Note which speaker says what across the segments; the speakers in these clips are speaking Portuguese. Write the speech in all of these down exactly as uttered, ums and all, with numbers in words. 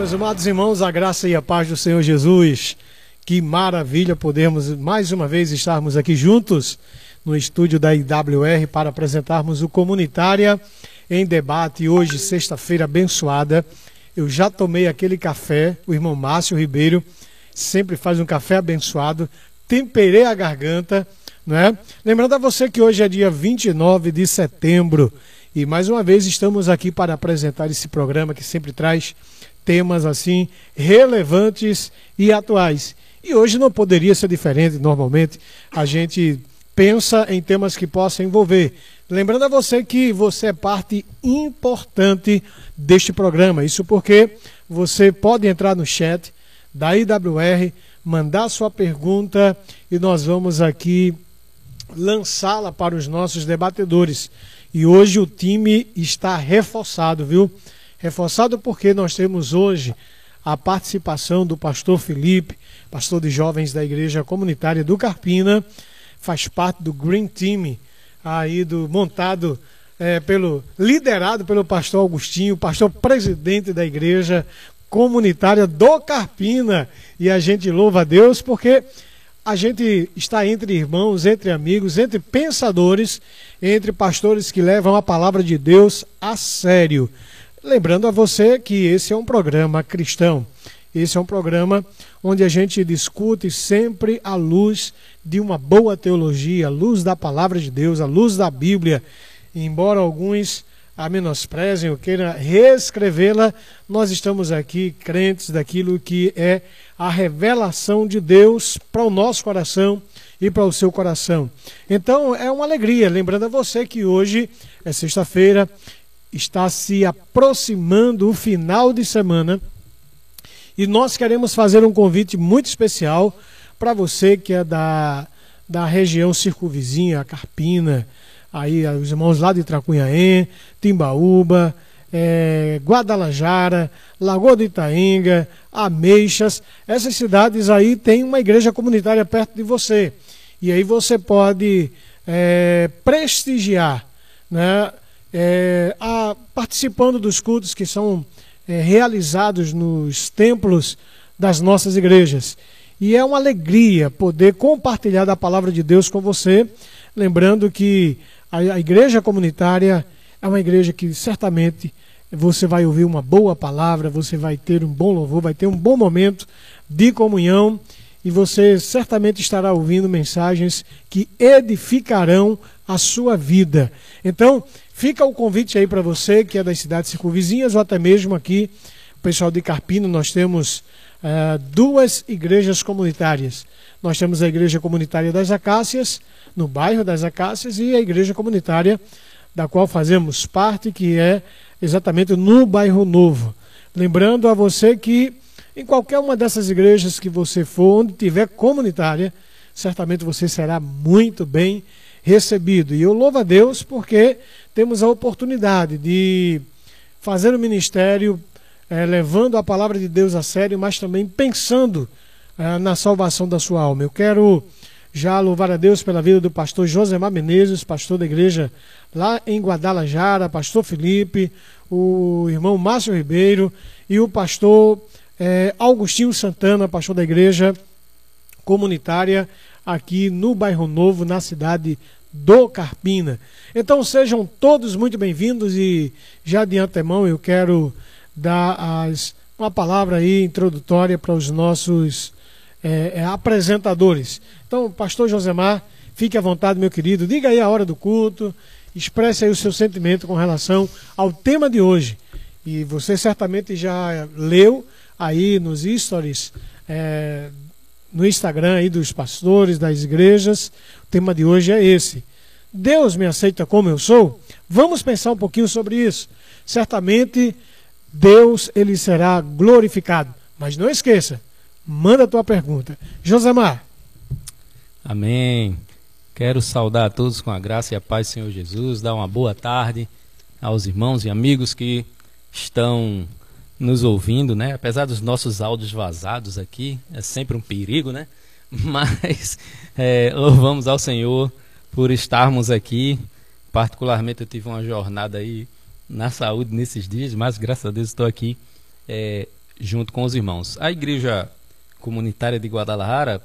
Speaker 1: Meus amados irmãos, a graça e a paz do Senhor Jesus. Que maravilha podermos mais uma vez estarmos aqui juntos no estúdio da I W R para apresentarmos o Comunitária em Debate. Hoje, sexta-feira abençoada, eu já tomei aquele café, o irmão Márcio Ribeiro sempre faz um café abençoado, temperei a garganta, não é? Lembrando a você que hoje é dia vinte e nove de setembro e mais uma vez estamos aqui para apresentar esse programa que sempre traz temas assim relevantes e atuais. E hoje não poderia ser diferente. Normalmente a gente pensa em temas que possam envolver. Lembrando a você que você é parte importante deste programa. Isso porque você pode entrar no chat da I W R, mandar sua pergunta e nós vamos aqui lançá-la para os nossos debatedores. E hoje o time está reforçado, viu? Reforçado porque nós temos hoje a participação do pastor Felipe, pastor de jovens da Igreja Comunitária do Carpina, faz parte do Green Team, aí do, montado, é, pelo, liderado pelo pastor Augustinho, pastor presidente da Igreja Comunitária do Carpina. E a gente louva a Deus porque a gente está entre irmãos, entre amigos, entre pensadores, entre pastores que levam a palavra de Deus a sério. Lembrando a você que esse é um programa cristão, esse é um programa onde a gente discute sempre à luz de uma boa teologia, à luz da palavra de Deus, à luz da Bíblia. E embora alguns a menosprezem ou queiram reescrevê-la, nós estamos aqui crentes daquilo que é a revelação de Deus para o nosso coração e para o seu coração. Então é uma alegria, lembrando a você que hoje é sexta-feira, está se aproximando o final de semana e nós queremos fazer um convite muito especial para você que é da, da região circunvizinha, a Carpina, aí os irmãos lá de Tracunhaém, Timbaúba, é, Guadalajara, Lagoa do Itaenga, Ameixas. Essas cidades aí tem uma igreja comunitária perto de você e aí você pode é, prestigiar, né? É, a, participando dos cultos que são é, realizados nos templos das nossas igrejas. E é uma alegria poder compartilhar da palavra de Deus com você, lembrando que a, a igreja comunitária é uma igreja que certamente você vai ouvir uma boa palavra, você vai ter um bom louvor, vai ter um bom momento de comunhão e você certamente estará ouvindo mensagens que edificarão a sua vida. Então, fica o convite aí para você que é das cidades circunvizinhas ou até mesmo aqui, o pessoal de Carpina, nós temos uh, duas igrejas comunitárias. Nós temos a Igreja Comunitária das Acácias, no bairro das Acácias, e a Igreja Comunitária da qual fazemos parte, que é exatamente no Bairro Novo. Lembrando a você que em qualquer uma dessas igrejas que você for, onde tiver comunitária, certamente você será muito bem recebido. E eu louvo a Deus porque temos a oportunidade de fazer o ministério é, levando a palavra de Deus a sério, mas também pensando é, na salvação da sua alma. Eu quero já louvar a Deus pela vida do pastor Josemar Menezes, pastor da igreja lá em Guadalajara, pastor Felipe, o irmão Márcio Ribeiro e o pastor é, Augustinho Santana, pastor da igreja comunitária aqui no Bairro Novo, na cidade do Carpina. Então sejam todos muito bem-vindos e já de antemão eu quero dar as, uma palavra aí introdutória para os nossos é, é, apresentadores. Então, pastor Josemar, fique à vontade, meu querido, diga aí a hora do culto, expresse aí o seu sentimento com relação ao tema de hoje. E você certamente já leu aí nos stories é, no Instagram aí dos pastores, das igrejas. O tema de hoje é esse: Deus me aceita como eu sou? Vamos pensar um pouquinho sobre isso. Certamente Deus ele será glorificado. Mas não esqueça, manda a tua pergunta. Josemar.
Speaker 2: Amém. Quero saudar a todos com a graça e a paz do Senhor Jesus, dar uma boa tarde aos irmãos e amigos que estão nos ouvindo, né? Apesar dos nossos áudios vazados aqui, é sempre um perigo, né? Mas é, louvamos ao Senhor por estarmos aqui. Particularmente eu tive uma jornada aí na saúde nesses dias, mas graças a Deus estou aqui é, junto com os irmãos. A Igreja Comunitária de Guadalajara,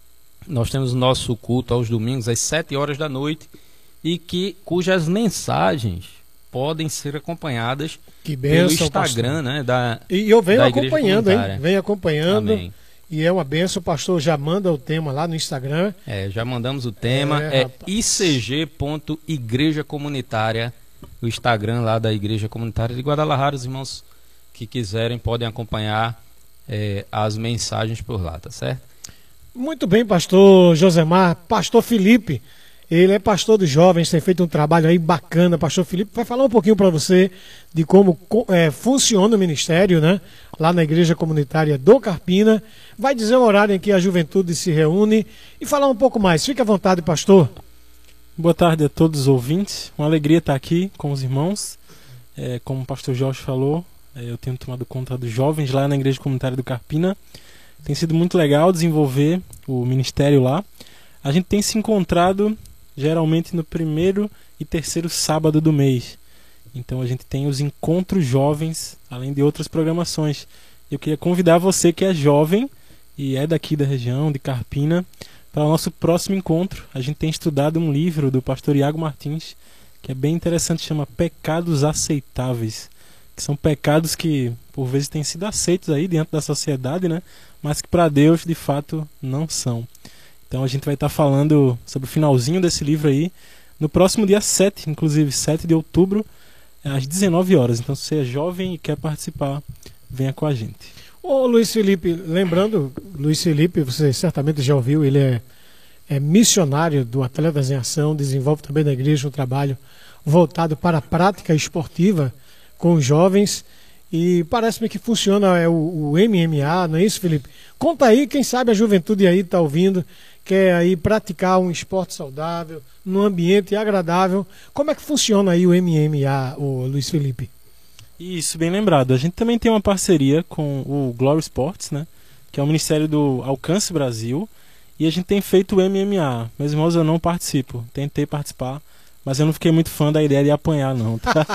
Speaker 2: nós temos o nosso culto aos domingos às sete horas da noite e que, cujas mensagens podem ser acompanhadas
Speaker 1: que bênção,
Speaker 2: pelo Instagram, né, da
Speaker 1: E eu venho
Speaker 2: da
Speaker 1: acompanhando, hein? Venho acompanhando.
Speaker 2: Amém.
Speaker 1: E é uma benção, o pastor já manda o tema lá no Instagram.
Speaker 2: É, já mandamos o tema,
Speaker 1: é,
Speaker 2: é i c g ponto igreja comunitária, o Instagram lá da Igreja Comunitária de Guadalajara. Os irmãos que quiserem podem acompanhar é, as mensagens por lá, tá certo?
Speaker 1: Muito bem, pastor Josemar. Pastor Felipe, ele é pastor dos jovens, tem feito um trabalho aí bacana. Pastor Felipe vai falar um pouquinho para você de como é, funciona o ministério, né? Lá na Igreja Comunitária do Carpina. Vai dizer o horário em que a juventude se reúne e falar um pouco mais. Fique à vontade, pastor.
Speaker 3: Boa tarde a todos os ouvintes. Uma alegria estar aqui com os irmãos. É, como o pastor Jorge falou, é, eu tenho tomado conta dos jovens lá na Igreja Comunitária do Carpina. Tem sido muito legal desenvolver o ministério lá. A gente tem se encontrado geralmente no primeiro e terceiro sábado do mês. Então a gente tem os encontros jovens, além de outras programações. Eu queria convidar você que é jovem e é daqui da região, de Carpina, para o nosso próximo encontro. A gente tem estudado um livro do pastor Iago Martins, que é bem interessante, chama Pecados Aceitáveis, que são pecados que por vezes têm sido aceitos aí diante da sociedade, né? Mas que para Deus de fato não são. Então a gente vai estar falando sobre o finalzinho desse livro aí no próximo dia sete, inclusive sete de outubro, às dezenove horas. Então se você é jovem e quer participar, venha com a gente.
Speaker 1: Ô Luiz Felipe, lembrando, Luiz Felipe, você certamente já ouviu, ele é, é missionário do Atletas em Ação, desenvolve também na igreja um trabalho voltado para a prática esportiva com os jovens e parece-me que funciona é o, o M M A, não é isso, Felipe? Conta aí, quem sabe a juventude aí está ouvindo, quer aí praticar um esporte saudável, num ambiente agradável. Como é que funciona aí o M M A, o Luiz Felipe?
Speaker 3: Isso, bem lembrado. A gente também tem uma parceria com o Glory Sports, né, que é o Ministério do Alcance Brasil, e a gente tem feito o M M A. Meus irmãos, eu não participo. Tentei participar, mas eu não fiquei muito fã da ideia de apanhar, não. Tá?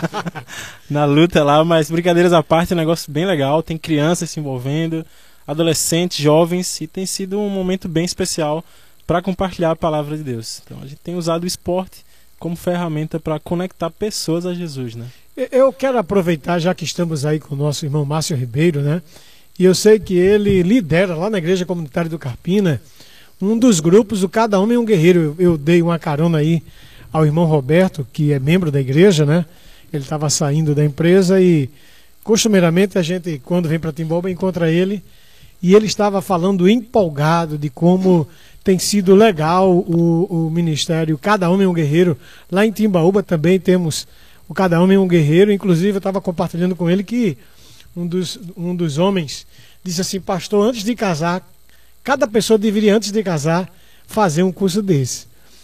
Speaker 3: Na luta lá, mas brincadeiras à parte, é um negócio bem legal. Tem crianças se envolvendo, adolescentes, jovens, e tem sido um momento bem especial para compartilhar a palavra de Deus. Então a gente tem usado o esporte como ferramenta para conectar pessoas a Jesus, né?
Speaker 1: Eu quero aproveitar, já que estamos aí com o nosso irmão Márcio Ribeiro, né? E eu sei que ele lidera lá na Igreja Comunitária do Carpina um dos grupos do Cada Homem é um Guerreiro. Eu, eu dei uma carona aí ao irmão Roberto, que é membro da igreja, né? Ele estava saindo da empresa e costumeiramente a gente, quando vem para Timbaúba, encontra ele e ele estava falando empolgado de como tem sido legal o, o ministério Cada Homem é um Guerreiro. Lá em Timbaúba também temos o Cada Homem é um Guerreiro. Inclusive eu estava compartilhando com ele que um dos, um dos homens disse assim: pastor, antes de casar, cada pessoa deveria, antes de casar, fazer um curso desse.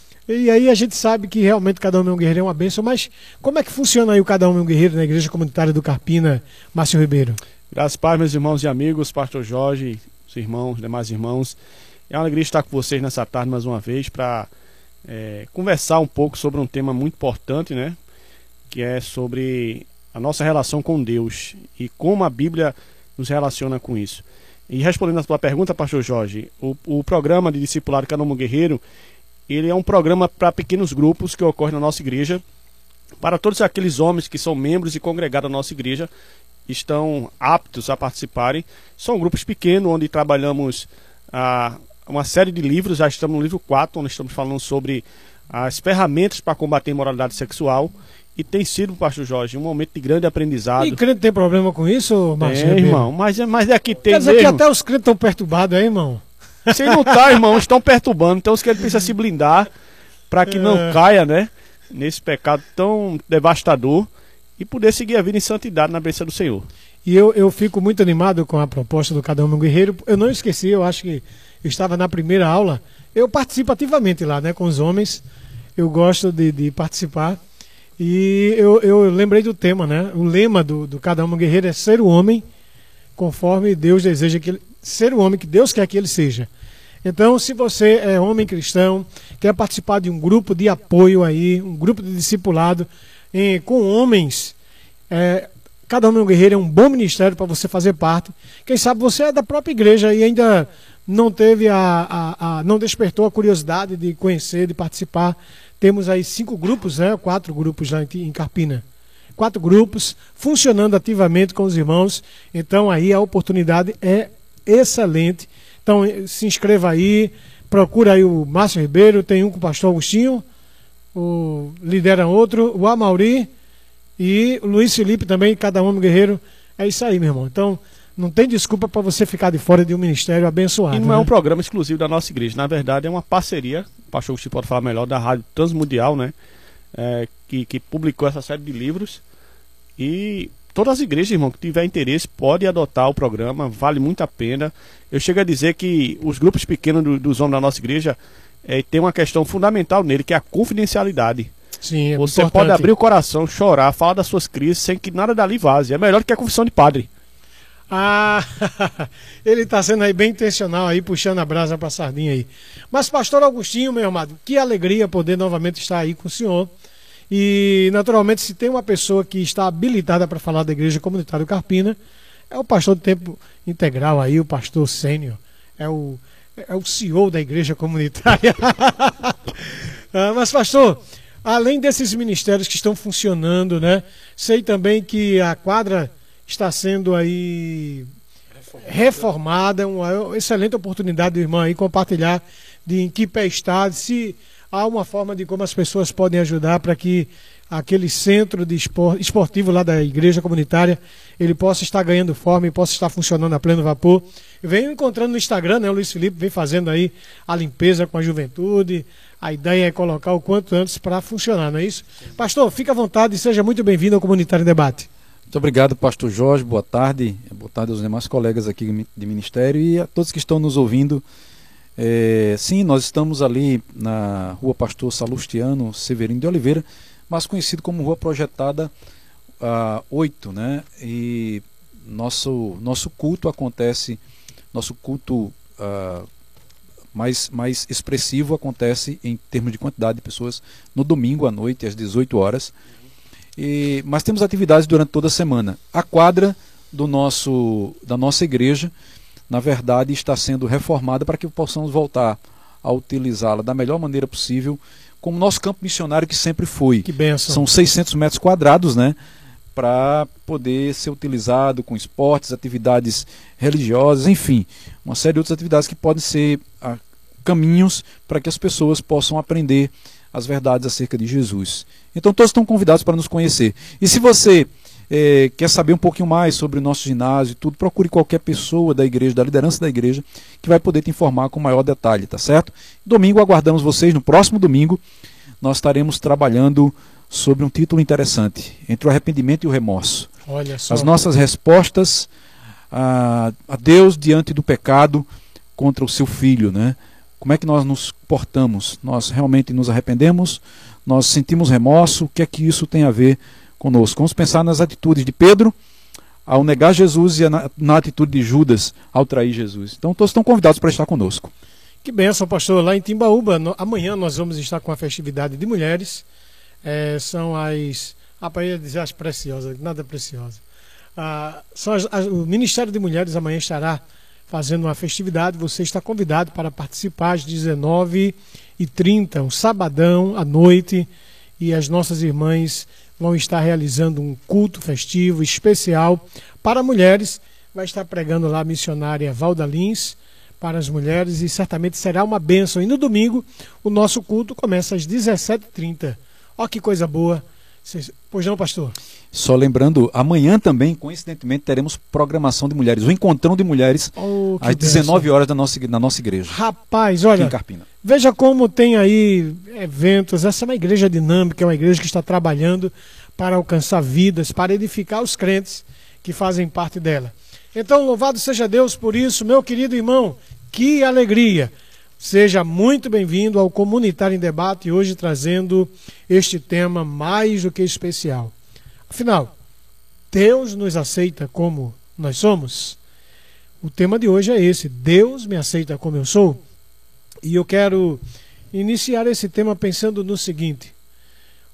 Speaker 1: E aí a gente sabe que realmente Cada Homem é um Guerreiro é uma bênção, mas como é que funciona aí o Cada Homem é um Guerreiro na Igreja Comunitária do Carpina, Márcio Ribeiro?
Speaker 4: Graças a Deus, meus irmãos e amigos, pastor Jorge, os irmãos, demais irmãos. É uma alegria estar com vocês nessa tarde mais uma vez para é, conversar um pouco sobre um tema muito importante, né? Que é sobre a nossa relação com Deus e como a Bíblia nos relaciona com isso. E respondendo a sua pergunta, pastor Jorge, o, o programa de discipulado Cada Homem é um Guerreiro, ele é um programa para pequenos grupos que ocorre na nossa igreja, para todos aqueles homens que são membros e congregados da nossa igreja, estão aptos a participarem. São grupos pequenos, onde trabalhamos ah, uma série de livros. Já estamos no livro quatro, onde estamos falando sobre as ferramentas para combater a imoralidade sexual. E tem sido, pastor Jorge, um momento de grande aprendizado.
Speaker 1: E crente tem problema com isso, Márcio?
Speaker 4: É, irmão, mas, mas é que tem
Speaker 1: Quer dizer
Speaker 4: mesmo.
Speaker 1: que até os crentes estão perturbados aí, irmão?
Speaker 4: Se não tá, irmão, estão perturbando. Então, os que ele precisa se blindar para que é. não caia, né, nesse pecado tão devastador e poder seguir a vida em santidade na bênção do Senhor.
Speaker 1: E eu, eu fico muito animado com a proposta do Cada Homem é um Guerreiro. Eu não esqueci, eu acho que eu estava na primeira aula. Eu participo ativamente lá, né, com os homens. Eu gosto de, de participar. E eu, eu lembrei do tema, né? O lema do, do Cada Homem é um Guerreiro é ser o homem conforme Deus deseja que ele... Ser o homem que Deus quer que ele seja. Então, se você é homem cristão, quer participar de um grupo de apoio aí, um grupo de discipulado em, com homens, é, Cada Homem é um Guerreiro é um bom ministério para você fazer parte. Quem sabe você é da própria igreja e ainda não teve a, a, a não despertou a curiosidade de conhecer, de participar. Temos aí cinco grupos, né? Quatro grupos lá em Carpina. Quatro grupos funcionando ativamente com os irmãos. Então aí a oportunidade é excelente. Então se inscreva aí, procura aí o Márcio Ribeiro, tem um com o pastor Agostinho, o, lidera outro, o Amauri e o Luiz Felipe também, Cada Homem Guerreiro. É isso aí, meu irmão. Então não tem desculpa para você ficar de fora de um ministério abençoado.
Speaker 4: E não
Speaker 1: né?
Speaker 4: é um programa exclusivo da nossa igreja. Na verdade, é uma parceria, o pastor Agostinho pode falar melhor, da Rádio Transmundial, né? É, que, que publicou essa série de livros. E todas as igrejas, irmão, que tiver interesse, pode adotar o programa, vale muito a pena. Eu chego a dizer que os grupos pequenos do, dos homens da nossa igreja é, tem uma questão fundamental nele, que é a confidencialidade.
Speaker 1: Sim, é
Speaker 4: Você
Speaker 1: importante.
Speaker 4: pode abrir o coração, chorar, falar das suas crises, sem que nada dali vaze. É melhor do que a confissão de padre.
Speaker 1: Ah, ele está sendo aí bem intencional aí, puxando a brasa para a sardinha aí. Mas pastor Agostinho, meu amado, que alegria poder novamente estar aí com o senhor. E naturalmente, se tem uma pessoa que está habilitada para falar da Igreja Comunitária do Carpina, é o pastor de tempo integral aí, o pastor sênior, é o, é o C E O da Igreja Comunitária. Ah, mas pastor, além desses ministérios que estão funcionando, né? Sei também que a quadra está sendo aí reformada, uma excelente oportunidade do irmão aí compartilhar de em que pé está, se há uma forma de como as pessoas podem ajudar para que aquele centro de espor, esportivo lá da igreja comunitária, ele possa estar ganhando forma e possa estar funcionando a pleno vapor. Eu venho encontrando no Instagram, né, o Luiz Felipe vem fazendo aí a limpeza com a juventude. A ideia é colocar o quanto antes para funcionar, não é isso? Pastor, fique à vontade e seja muito bem-vindo ao Comunitário em Debate.
Speaker 5: Muito obrigado, pastor Jorge, boa tarde, boa tarde aos demais colegas aqui de ministério e a todos que estão nos ouvindo. É, sim, nós estamos ali na rua Pastor Salustiano Severino de Oliveira, mais conhecido como Rua Projetada uh, oito, né? E nosso, nosso culto acontece, nosso culto uh, mais, mais expressivo acontece em termos de quantidade de pessoas no domingo à noite, às dezoito horas. E, mas temos atividades durante toda a semana. A quadra do nosso, da nossa igreja, na verdade, está sendo reformada para que possamos voltar a utilizá-la da melhor maneira possível, como nosso campo missionário que sempre foi.
Speaker 1: Que bênção.
Speaker 5: São seiscentos metros quadrados, né, para poder ser utilizado com esportes, atividades religiosas, enfim, uma série de outras atividades que podem ser ah, caminhos para que as pessoas possam aprender as verdades acerca de Jesus. Então todos estão convidados para nos conhecer. E se você é, quer saber um pouquinho mais sobre o nosso ginásio e tudo, procure qualquer pessoa da igreja, da liderança da igreja, que vai poder te informar com maior detalhe, tá certo? Domingo aguardamos vocês, no próximo domingo nós estaremos trabalhando sobre um título interessante, entre o arrependimento e o remorso.
Speaker 1: Olha só.
Speaker 5: As nossas respostas a, a Deus diante do pecado contra o seu filho, né? Como é que nós nos portamos? Nós realmente nos arrependemos? Nós sentimos remorso? O que é que isso tem a ver conosco? Vamos pensar nas atitudes de Pedro ao negar Jesus e na, na atitude de Judas ao trair Jesus. Então todos estão convidados para estar conosco.
Speaker 1: Que bênção, pastor. Lá em Timbaúba, no, amanhã nós vamos estar com a festividade de mulheres. É, são as... Ah, para ia dizer as preciosas, nada preciosa. Ah, são as, as, o Ministério de Mulheres amanhã estará fazendo uma festividade. Você está convidado para participar às dezenove e trinta, um sabadão à noite, e as nossas irmãs vão estar realizando um culto festivo especial para mulheres. Vai estar pregando lá a missionária Valda Lins para as mulheres e certamente será uma bênção. E no domingo o nosso culto começa às dezessete e trinta. Ó, que coisa boa. Pois não, pastor?
Speaker 5: Só lembrando, amanhã também, coincidentemente, teremos programação de mulheres, o encontrão de mulheres, oh, às dezenove horas da nossa, na nossa igreja.
Speaker 1: Rapaz, olha,
Speaker 5: aqui em Carpina.
Speaker 1: Veja como tem aí eventos. Essa é uma igreja dinâmica, é uma igreja que está trabalhando para alcançar vidas, para edificar os crentes que fazem parte dela. Então, louvado seja Deus por isso, meu querido irmão, que alegria. Seja muito bem-vindo ao Comunitário em Debate, hoje trazendo este tema mais do que especial. Afinal, Deus nos aceita como nós somos? O tema de hoje é esse, Deus me aceita como eu sou? E eu quero iniciar esse tema pensando no seguinte: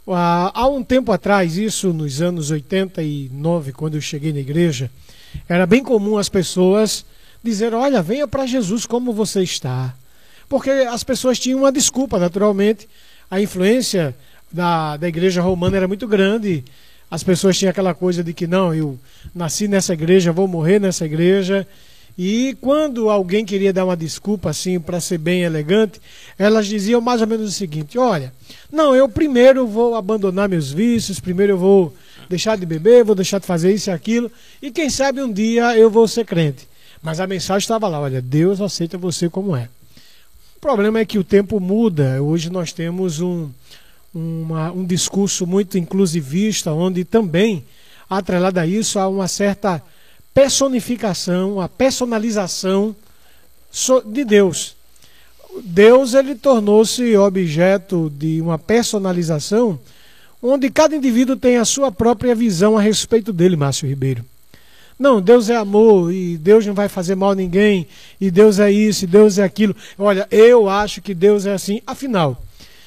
Speaker 1: Há um tempo atrás, isso nos anos oitenta e nove, quando eu cheguei na igreja, era bem comum as pessoas dizer: olha, venha para Jesus como você está. Porque as pessoas tinham uma desculpa, naturalmente. A influência da, da igreja romana era muito grande. As pessoas tinham aquela coisa de que não, eu nasci nessa igreja, vou morrer nessa igreja. E quando alguém queria dar uma desculpa assim para ser bem elegante, elas diziam mais ou menos o seguinte: olha, não, eu primeiro vou abandonar meus vícios, primeiro eu vou deixar de beber, vou deixar de fazer isso e aquilo, e quem sabe um dia eu vou ser crente. Mas a mensagem estava lá: olha, Deus aceita você como é. O problema é que o tempo muda. Hoje nós temos um, uma, um discurso muito inclusivista, onde também, atrelado a isso, há uma certa personificação, a personalização de Deus. Deus, ele tornou-se objeto de uma personalização onde cada indivíduo tem a sua própria visão a respeito dele, Márcio Ribeiro. Não, Deus é amor e Deus não vai fazer mal a ninguém, e Deus é isso, e Deus é aquilo. Olha, eu acho que Deus é assim. Afinal,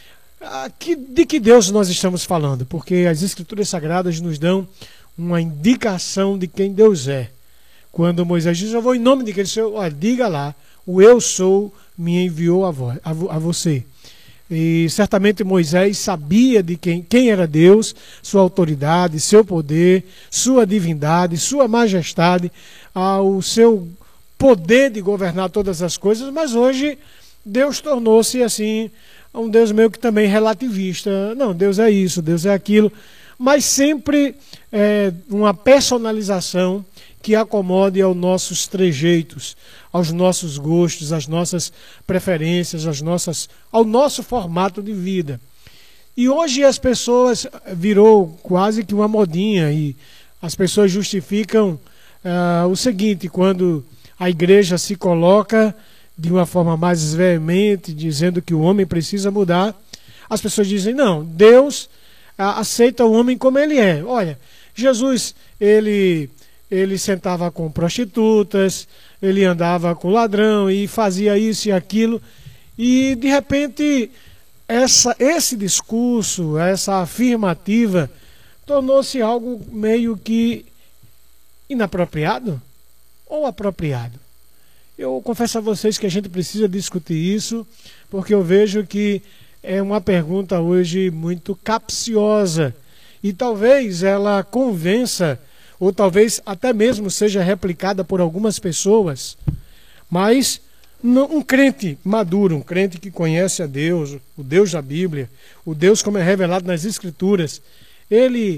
Speaker 1: de que Deus nós estamos falando? Porque as Escrituras Sagradas nos dão uma indicação de quem Deus é. Quando Moisés diz: eu vou em nome de quem? Senhor, olha, diga lá, o eu sou me enviou a, vo a, vo a você. E certamente Moisés sabia de quem, quem era Deus, sua autoridade, seu poder, sua divindade, sua majestade, ah, o seu poder de governar todas as coisas. Mas hoje Deus tornou-se assim um Deus meio que também relativista. Não, Deus é isso, Deus é aquilo, mas sempre é, uma personalização que acomode aos nossos trejeitos, aos nossos gostos, às nossas preferências, às nossas, ao nosso formato de vida. E hoje as pessoas, virou quase que uma modinha, e as pessoas justificam uh, o seguinte: quando a igreja se coloca de uma forma mais veemente, dizendo que o homem precisa mudar, as pessoas dizem: não, Deus uh, aceita o homem como ele é. Olha, Jesus, ele... ele sentava com prostitutas, ele andava com ladrão e fazia isso e aquilo. E de repente essa, esse discurso, essa afirmativa tornou-se algo meio que inapropriado ou apropriado. Eu confesso a vocês que a gente precisa discutir isso, porque eu vejo que é uma pergunta hoje muito capciosa, e talvez ela convença, ou talvez até mesmo seja replicada por algumas pessoas, mas um crente maduro, um crente que conhece a Deus, o Deus da Bíblia, o Deus como é revelado nas Escrituras, ele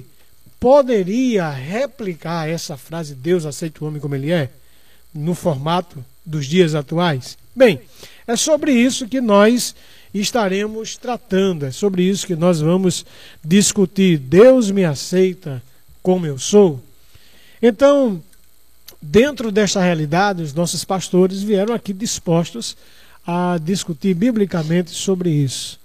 Speaker 1: poderia replicar essa frase: Deus aceita o homem como ele é, no formato dos dias atuais? Bem, é sobre isso que nós estaremos tratando, é sobre isso que nós vamos discutir. Deus me aceita como eu sou? Então, dentro desta realidade, os nossos pastores vieram aqui dispostos a discutir biblicamente sobre isso.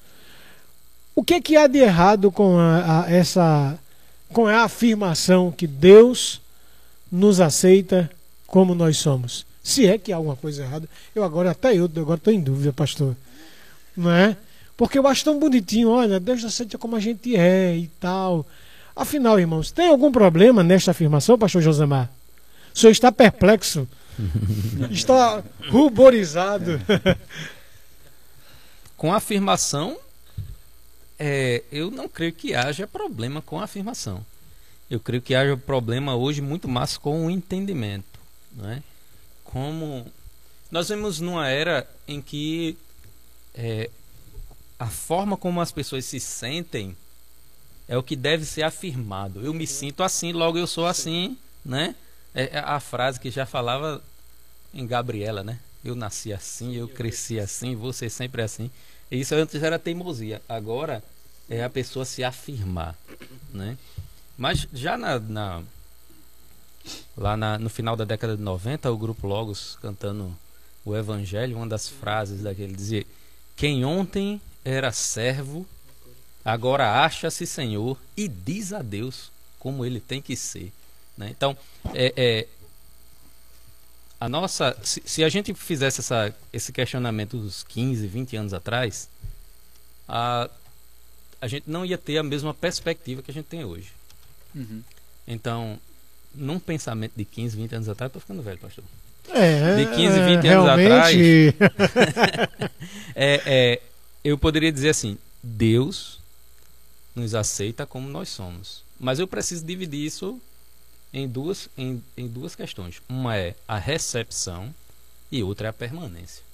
Speaker 1: O que, que há de errado com a, a, essa, com a afirmação que Deus nos aceita como nós somos? Se é que há alguma coisa errada, eu agora, até eu agora estou em dúvida, pastor. Não é? Porque eu acho tão bonitinho: olha, Deus aceita como a gente é e tal. Afinal, irmãos, tem algum problema nesta afirmação, pastor Josemar? O senhor está perplexo? Está ruborizado?
Speaker 2: Com a afirmação, é, eu não creio que haja problema com a afirmação. Eu creio que haja problema hoje muito mais com o entendimento, não é? Como nós vemos numa era em que é, a forma como as pessoas se sentem é o que deve ser afirmado. Eu me sinto assim, logo eu sou assim, né? É a frase que já falava em Gabriela, né? Eu nasci assim, eu cresci assim, vou ser sempre assim. E isso antes era teimosia, agora é a pessoa se afirmar, né? Mas já na, na lá na, no final da década de noventa, o grupo Logos cantando o Evangelho, uma das frases daquele dizia: quem ontem era servo, agora acha-se Senhor e diz a Deus como ele tem que ser, né? Então, é, é, a nossa, se, se a gente fizesse essa, esse questionamento dos quinze, vinte anos atrás, a, a gente não ia ter a mesma perspectiva que a gente tem hoje.
Speaker 5: Uhum.
Speaker 2: Então, num pensamento de quinze, vinte anos atrás, eu tô ficando velho, pastor.
Speaker 1: É,
Speaker 2: De quinze, vinte anos atrás, é, é, eu poderia dizer assim, Deus nos aceita como nós somos. Mas eu preciso dividir isso em duas, em, em duas questões. Uma é a recepção e outra é a permanência.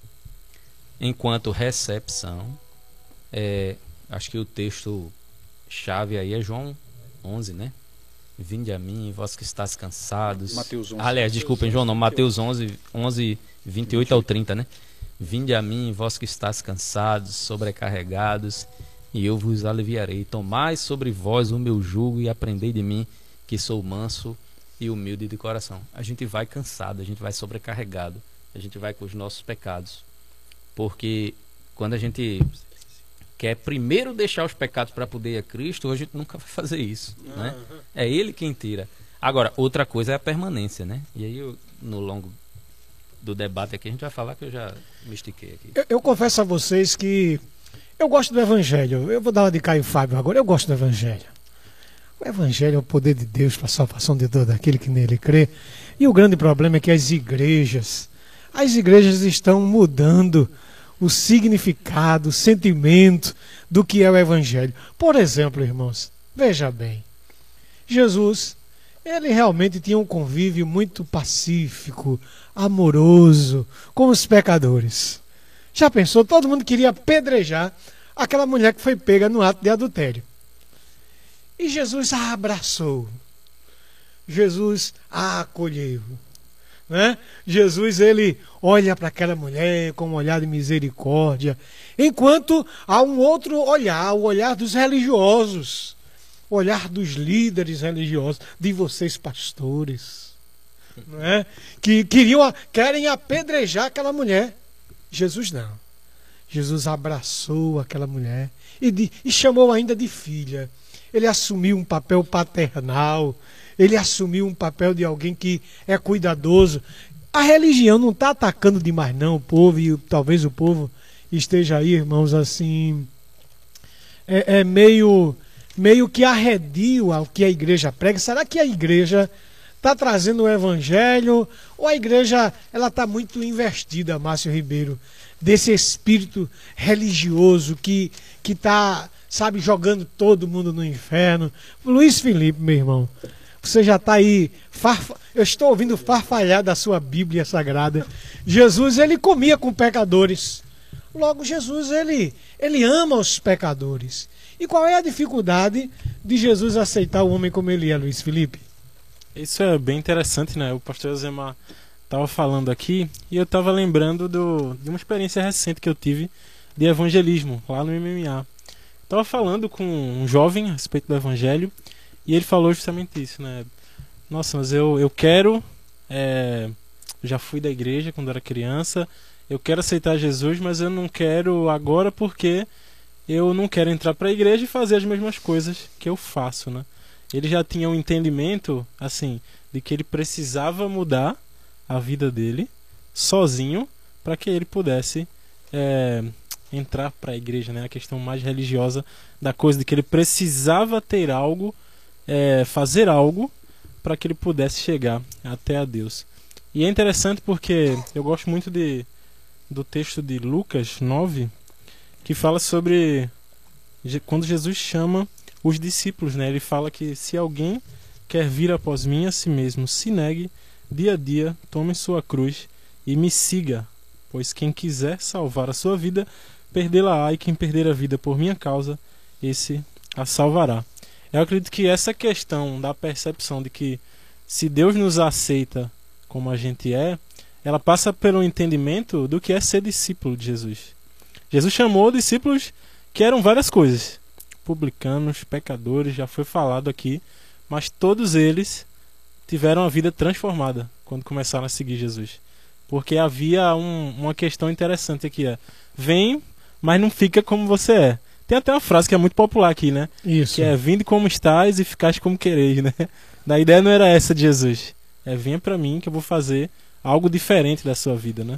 Speaker 2: Enquanto recepção, é, acho que o texto chave aí é João onze, né? Vinde a mim, vós que estáis cansados.
Speaker 5: Mateus onze.
Speaker 2: Aliás, desculpem, João, não, Mateus onze, onze, vinte e oito ao trinta, né? Vinde a mim, vós que estáis cansados, sobrecarregados, e eu vos aliviarei. Tomai sobre vós o meu jugo e aprendei de mim, que sou manso e humilde de coração. A gente vai cansado, a gente vai sobrecarregado, a gente vai com os nossos pecados. Porque quando a gente quer primeiro deixar os pecados para poder ir a Cristo, a gente nunca vai fazer isso, uhum. né? É Ele quem tira. Agora, outra coisa é a permanência, né? E aí, eu, no longo do debate aqui, a gente vai falar que eu já me estiquei aqui.
Speaker 1: Eu, eu confesso a vocês que eu gosto do Evangelho. Eu vou dar uma de Caio Fábio agora. Eu gosto do Evangelho. O Evangelho é o poder de Deus para a salvação de todo aquele que nele crê. E o grande problema é que as igrejas, as igrejas estão mudando o significado, o sentimento do que é o Evangelho. Por exemplo, irmãos, veja bem, Jesus, ele realmente tinha um convívio muito pacífico, amoroso com os pecadores. Já pensou? Todo mundo queria apedrejar aquela mulher que foi pega no ato de adultério. E Jesus a abraçou. Jesus a acolheu. Né? Jesus, ele olha para aquela mulher com um olhar de misericórdia, enquanto há um outro olhar, o olhar dos religiosos, o olhar dos líderes religiosos, de vocês pastores, não é? Que queriam, querem apedrejar aquela mulher. Jesus não. Jesus abraçou aquela mulher e, de, e chamou ainda de filha. Ele assumiu um papel paternal. Ele assumiu um papel de alguém que é cuidadoso. A religião não está atacando demais não o povo, e talvez o povo esteja aí, irmãos, assim, é, é meio, meio que arredio ao que a igreja prega. Será que a igreja está trazendo o evangelho, ou a igreja ela está muito investida, Márcio Ribeiro, desse espírito religioso que que está, sabe, jogando todo mundo no inferno? Luiz Felipe, meu irmão, você já está aí, farfa... eu estou ouvindo farfalhar da sua Bíblia Sagrada. Jesus, ele comia com pecadores. Logo, Jesus, ele, ele ama os pecadores. E qual é a dificuldade de Jesus aceitar o homem como ele é, Luiz Felipe?
Speaker 3: Isso é bem interessante, né? O pastor Zemar estava falando aqui e eu estava lembrando do, de uma experiência recente que eu tive de evangelismo lá no M M A. Estava falando com um jovem a respeito do evangelho. E ele falou justamente isso, né? Nossa, mas eu, eu quero... É, já fui da igreja quando era criança. Eu quero aceitar Jesus, mas eu não quero agora porque eu não quero entrar para a igreja e fazer as mesmas coisas que eu faço, né? Ele já tinha um entendimento, assim, de que ele precisava mudar a vida dele sozinho para que ele pudesse é, entrar para a igreja, né? A questão mais religiosa da coisa, de que ele precisava ter algo... É, fazer algo para que ele pudesse chegar até a Deus. E é interessante porque eu gosto muito de, do texto de Lucas nove, que fala sobre quando Jesus chama os discípulos, né? Ele fala que se alguém quer vir após mim, a si mesmo se negue, dia a dia tome sua cruz e me siga, pois quem quiser salvar a sua vida, perdê-la-á, e quem perder a vida por minha causa, esse a salvará. Eu acredito que essa questão da percepção de que se Deus nos aceita como a gente é, ela passa pelo entendimento do que é ser discípulo de Jesus. Jesus chamou discípulos que eram várias coisas. Publicanos, pecadores, já foi falado aqui, mas todos eles tiveram a vida transformada quando começaram a seguir Jesus. Porque havia um, uma questão interessante aqui. É, vem, mas não fica como você é. Tem até uma frase que é muito popular aqui, né?
Speaker 1: Isso.
Speaker 3: Que é, vinde como estás e ficais como quereis, né? A ideia não era essa de Jesus. É, venha para mim que eu vou fazer algo diferente da sua vida, né?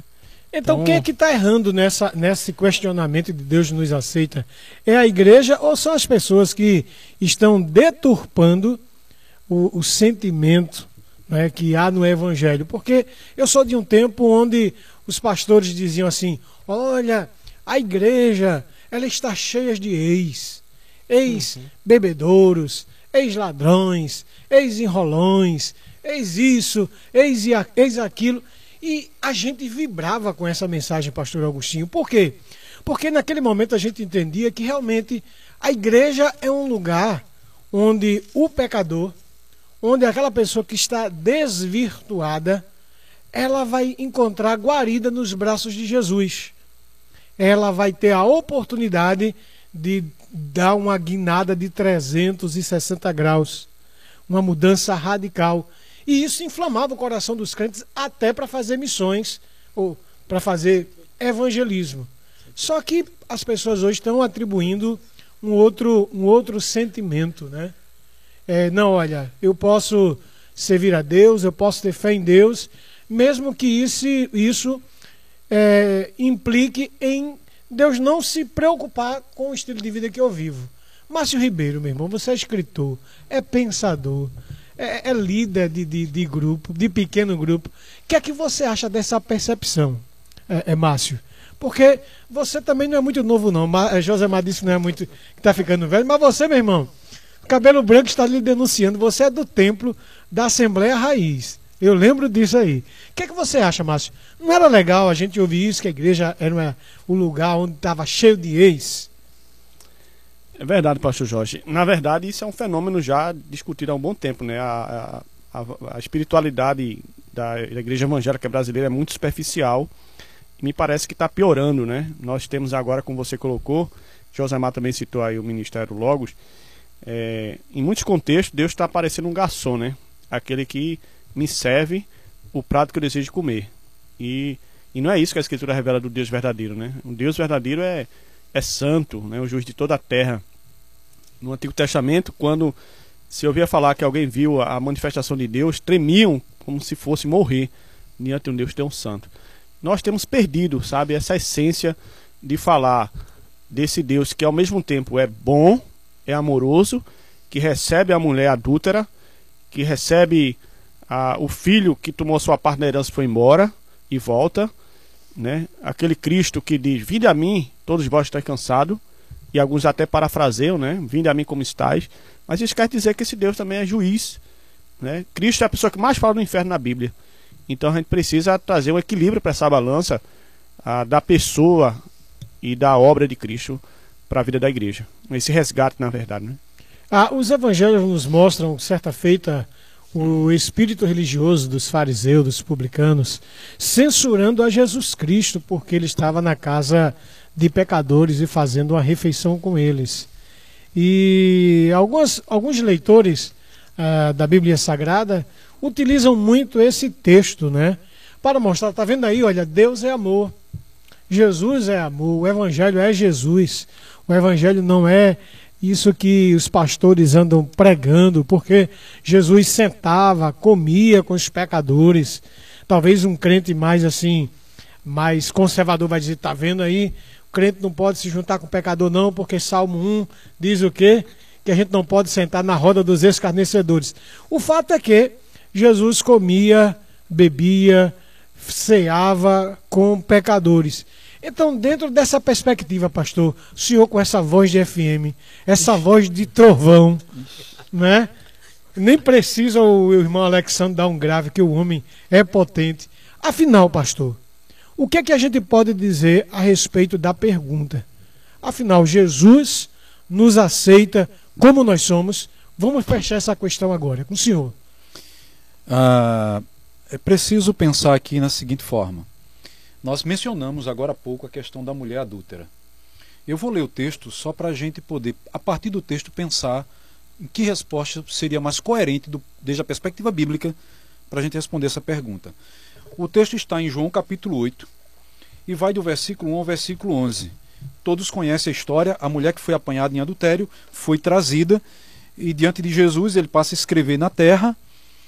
Speaker 1: Então,
Speaker 3: Então-
Speaker 1: quem é que está errando nessa, nesse questionamento de Deus nos aceita? É a igreja ou são as pessoas que estão deturpando o, o sentimento, né, que há no Evangelho? Porque eu sou de um tempo onde os pastores diziam assim: olha, a igreja ela está cheia de ex, ex-bebedouros, ex-ladrões, ex-enrolões, ex isso, ex, e a- ex aquilo. E a gente vibrava com essa mensagem, pastor Augustinho. Por quê? Porque naquele momento a gente entendia que realmente a igreja é um lugar onde o pecador, onde aquela pessoa que está desvirtuada, ela vai encontrar guarida nos braços de Jesus. Ela vai ter a oportunidade de dar uma guinada de trezentos e sessenta graus, uma mudança radical. E isso inflamava o coração dos crentes até para fazer missões ou para fazer evangelismo. Só que as pessoas hoje estão atribuindo um outro, um outro sentimento, né? É, não, olha, eu posso servir a Deus, eu posso ter fé em Deus, mesmo que isso, isso é, implique em Deus não se preocupar com o estilo de vida que eu vivo. Márcio Ribeiro, meu irmão, você é escritor, é pensador, é, é líder de, de, de grupo, de pequeno grupo. O que é que você acha dessa percepção, é, é Márcio? Porque você também não é muito novo, não. Ma- José Mar disse que não é muito, que está ficando velho, mas você, meu irmão, cabelo branco está lhe denunciando. Você é do templo da Assembleia Raiz. Eu lembro disso aí. O que é que você acha, Márcio? Não era legal a gente ouvir isso, que a igreja era uma, o lugar onde estava cheio de ex?
Speaker 4: É verdade, pastor Jorge. Na verdade, isso é um fenômeno já discutido há um bom tempo, né? A, a, a, a espiritualidade da, da igreja evangélica brasileira é muito superficial. E me parece que está piorando, né? Nós temos agora, como você colocou, Josemar também citou aí o Ministério Logos. É, em muitos contextos, Deus está parecendo um garçom, né? Aquele que me serve o prato que eu desejo comer. E, e não é isso que a Escritura revela do Deus verdadeiro, né? O Deus verdadeiro é, é santo, né? O juiz de toda a terra. No Antigo Testamento, quando se ouvia falar que alguém viu a manifestação de Deus, tremiam como se fosse morrer diante de um Deus tão santo. Nós temos perdido, sabe, essa essência de falar desse Deus que ao mesmo tempo é bom, é amoroso, que recebe a mulher adúltera, que recebe a, o filho que tomou sua parte da herança e foi embora e volta, né? Aquele Cristo que diz: vinde a mim, todos vós estáis cansados, e alguns até parafraseiam, né? Vinde a mim como estáis. Mas isso quer dizer que esse Deus também é juiz, né? Cristo é a pessoa que mais fala do inferno na Bíblia. Então a gente precisa trazer um equilíbrio para essa balança a, da pessoa e da obra de Cristo para a vida da igreja. Esse resgate, na verdade, né?
Speaker 1: Ah, os evangelhos nos mostram, certa feita, o espírito religioso dos fariseus, dos publicanos, censurando a Jesus Cristo porque ele estava na casa de pecadores e fazendo uma refeição com eles. E algumas, alguns leitores ah, da Bíblia Sagrada utilizam muito esse texto, né, para mostrar, tá vendo aí, olha, Deus é amor, Jesus é amor, o Evangelho é Jesus, o Evangelho não é isso que os pastores andam pregando, porque Jesus sentava, comia com os pecadores. Talvez um crente mais assim, mais conservador vai dizer, tá vendo aí, o crente não pode se juntar com o pecador não, porque Salmo um diz o quê? Que a gente não pode sentar na roda dos escarnecedores. O fato é que Jesus comia, bebia, ceava com pecadores. Então, dentro dessa perspectiva, pastor, o senhor com essa voz de F M, essa voz de trovão, né? Nem precisa o irmão Alexandre dar um grave, que o homem é potente. Afinal, pastor, o que é que a gente pode dizer a respeito da pergunta? Afinal, Jesus nos aceita como nós somos. Vamos fechar essa questão agora com o senhor.
Speaker 5: Ah, é preciso pensar aqui na seguinte forma. Nós mencionamos agora há pouco a questão da mulher adúltera. Eu vou ler o texto só para a gente poder, a partir do texto, pensar em que resposta seria mais coerente do, desde a perspectiva bíblica para a gente responder essa pergunta. O texto está em João capítulo oito e vai do versículo um ao versículo onze. Todos conhecem a história. A mulher que foi apanhada em adultério foi trazida e diante de Jesus ele passa a escrever na terra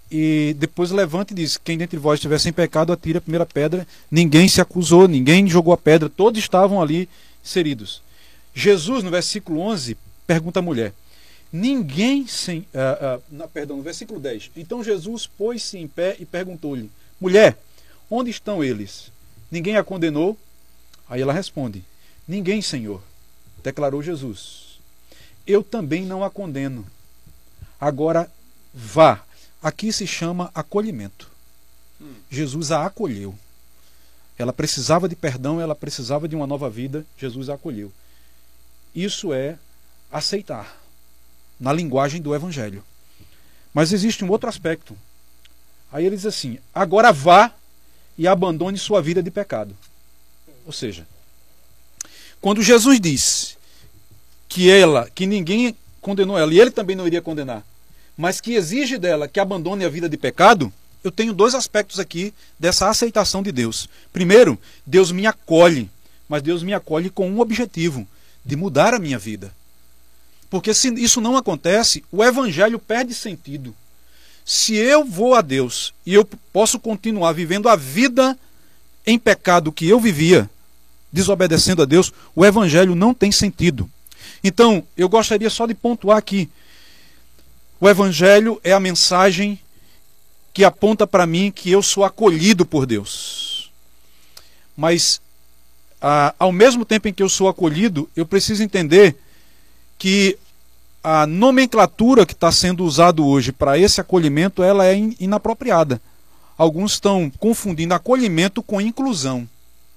Speaker 5: e depois levanta e diz: quem dentre vós estiver sem pecado, atire a primeira pedra. Ninguém se acusou, ninguém jogou a pedra, todos estavam ali inseridos. Jesus, no versículo onze, pergunta à mulher: ninguém sem... Uh, uh, na, perdão, no versículo dez. Então Jesus pôs-se em pé e perguntou-lhe: mulher, onde estão eles? Ninguém a condenou? Aí ela responde: ninguém, Senhor. Declarou Jesus: eu também não a condeno. Agora vá. Aqui se chama acolhimento. Hum. Jesus a acolheu. Ela precisava de perdão, ela precisava de uma nova vida. Jesus a acolheu. Isso é aceitar, na linguagem do Evangelho. Mas existe um outro aspecto. Aí ele diz assim: agora vá e abandone sua vida de pecado. Ou seja, quando Jesus disse que ela, que ninguém condenou ela, e ele também não iria condenar, mas que exige dela que abandone a vida de pecado, eu tenho dois aspectos aqui dessa aceitação de Deus. Primeiro, Deus me acolhe, mas Deus me acolhe com um objetivo: de mudar a minha vida. Porque se isso não acontece, o Evangelho perde sentido. Se eu vou a Deus e eu posso continuar vivendo a vida em pecado que eu vivia, desobedecendo a Deus, o Evangelho não tem sentido. Então, eu gostaria só de pontuar aqui: o Evangelho é a mensagem que aponta para mim que eu sou acolhido por Deus. Mas, ah, ao mesmo tempo em que eu sou acolhido, eu preciso entender que a nomenclatura que está sendo usada hoje para esse acolhimento, ela é inapropriada. Alguns estão confundindo acolhimento com inclusão.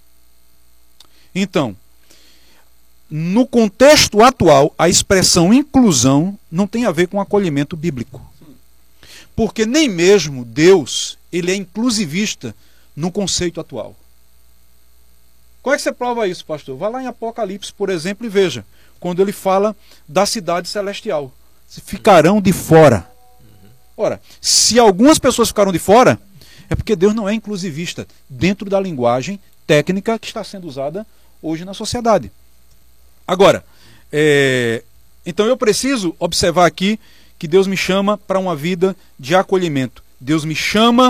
Speaker 5: Então, no contexto atual, a expressão inclusão não tem a ver com acolhimento bíblico. Porque nem mesmo Deus, ele é inclusivista no conceito atual. Como é que você prova isso, pastor? Vá lá em Apocalipse, por exemplo, e veja, quando ele fala da cidade celestial. Ficarão de fora. Ora, se algumas pessoas ficaram de fora, é porque Deus não é inclusivista dentro da linguagem técnica que está sendo usada hoje na sociedade. Agora, é, então eu preciso observar aqui que Deus me chama para uma vida de acolhimento. Deus me chama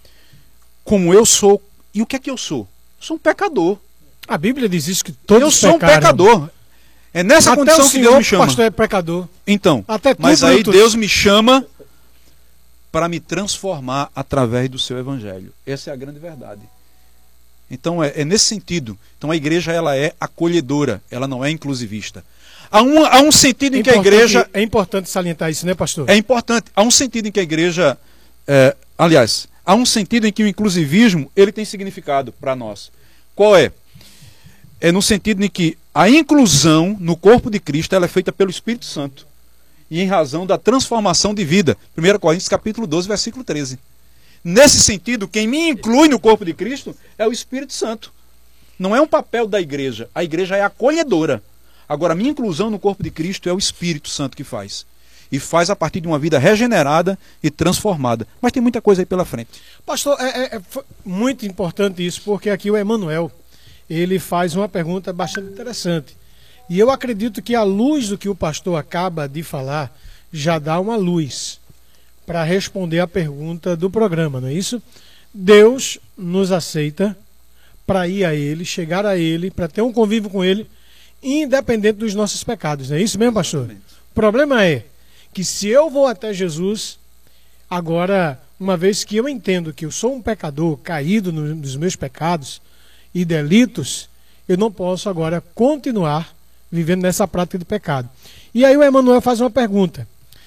Speaker 5: como eu sou. E o que é que eu sou? Eu sou um pecador.
Speaker 1: A Bíblia diz isso, que todos
Speaker 5: eu sou
Speaker 1: pecaram.
Speaker 5: um pecador. É nessa
Speaker 1: Até
Speaker 5: condição
Speaker 1: o
Speaker 5: que
Speaker 1: senhor,
Speaker 5: Deus me chama.
Speaker 1: pastor, é pecador.
Speaker 5: Então,
Speaker 1: Até
Speaker 5: mas
Speaker 1: tudo,
Speaker 5: aí
Speaker 1: tudo.
Speaker 5: Deus me chama para me transformar através do seu evangelho. Essa é a grande verdade. Então é, é nesse sentido. Então a igreja, ela é acolhedora, ela não é inclusivista. Há um, há um sentido
Speaker 1: é
Speaker 5: em que a igreja...
Speaker 1: É importante salientar isso, né, pastor?
Speaker 5: É importante. Há um sentido em que a igreja... É, aliás, há um sentido em que o inclusivismo ele tem significado para nós. Qual é? É no sentido em que a inclusão no corpo de Cristo ela é feita pelo Espírito Santo. E em razão da transformação de vida. primeira Coríntios capítulo doze, versículo treze. Nesse sentido, quem me inclui no corpo de Cristo é o Espírito Santo. Não é um papel da igreja. A igreja é acolhedora. Agora, a minha inclusão no corpo de Cristo é o Espírito Santo que faz. E faz a partir de uma vida regenerada e transformada. Mas tem muita coisa aí pela frente.
Speaker 1: Pastor, é, é, é muito importante isso, porque aqui o Emanuel, ele faz uma pergunta bastante interessante. E eu acredito que à luz do que o pastor acaba de falar, já dá uma luz para responder a pergunta do programa, não é isso? Deus nos aceita para ir a Ele, chegar a Ele, para ter um convívio com Ele, independente dos nossos pecados, não é isso mesmo, pastor? Exatamente. O problema é que se eu vou até Jesus, agora, uma vez que eu entendo que eu sou um pecador caído no, nos meus pecados e delitos, eu não posso agora continuar vivendo nessa prática de pecado. E aí o Emanuel faz uma pergunta,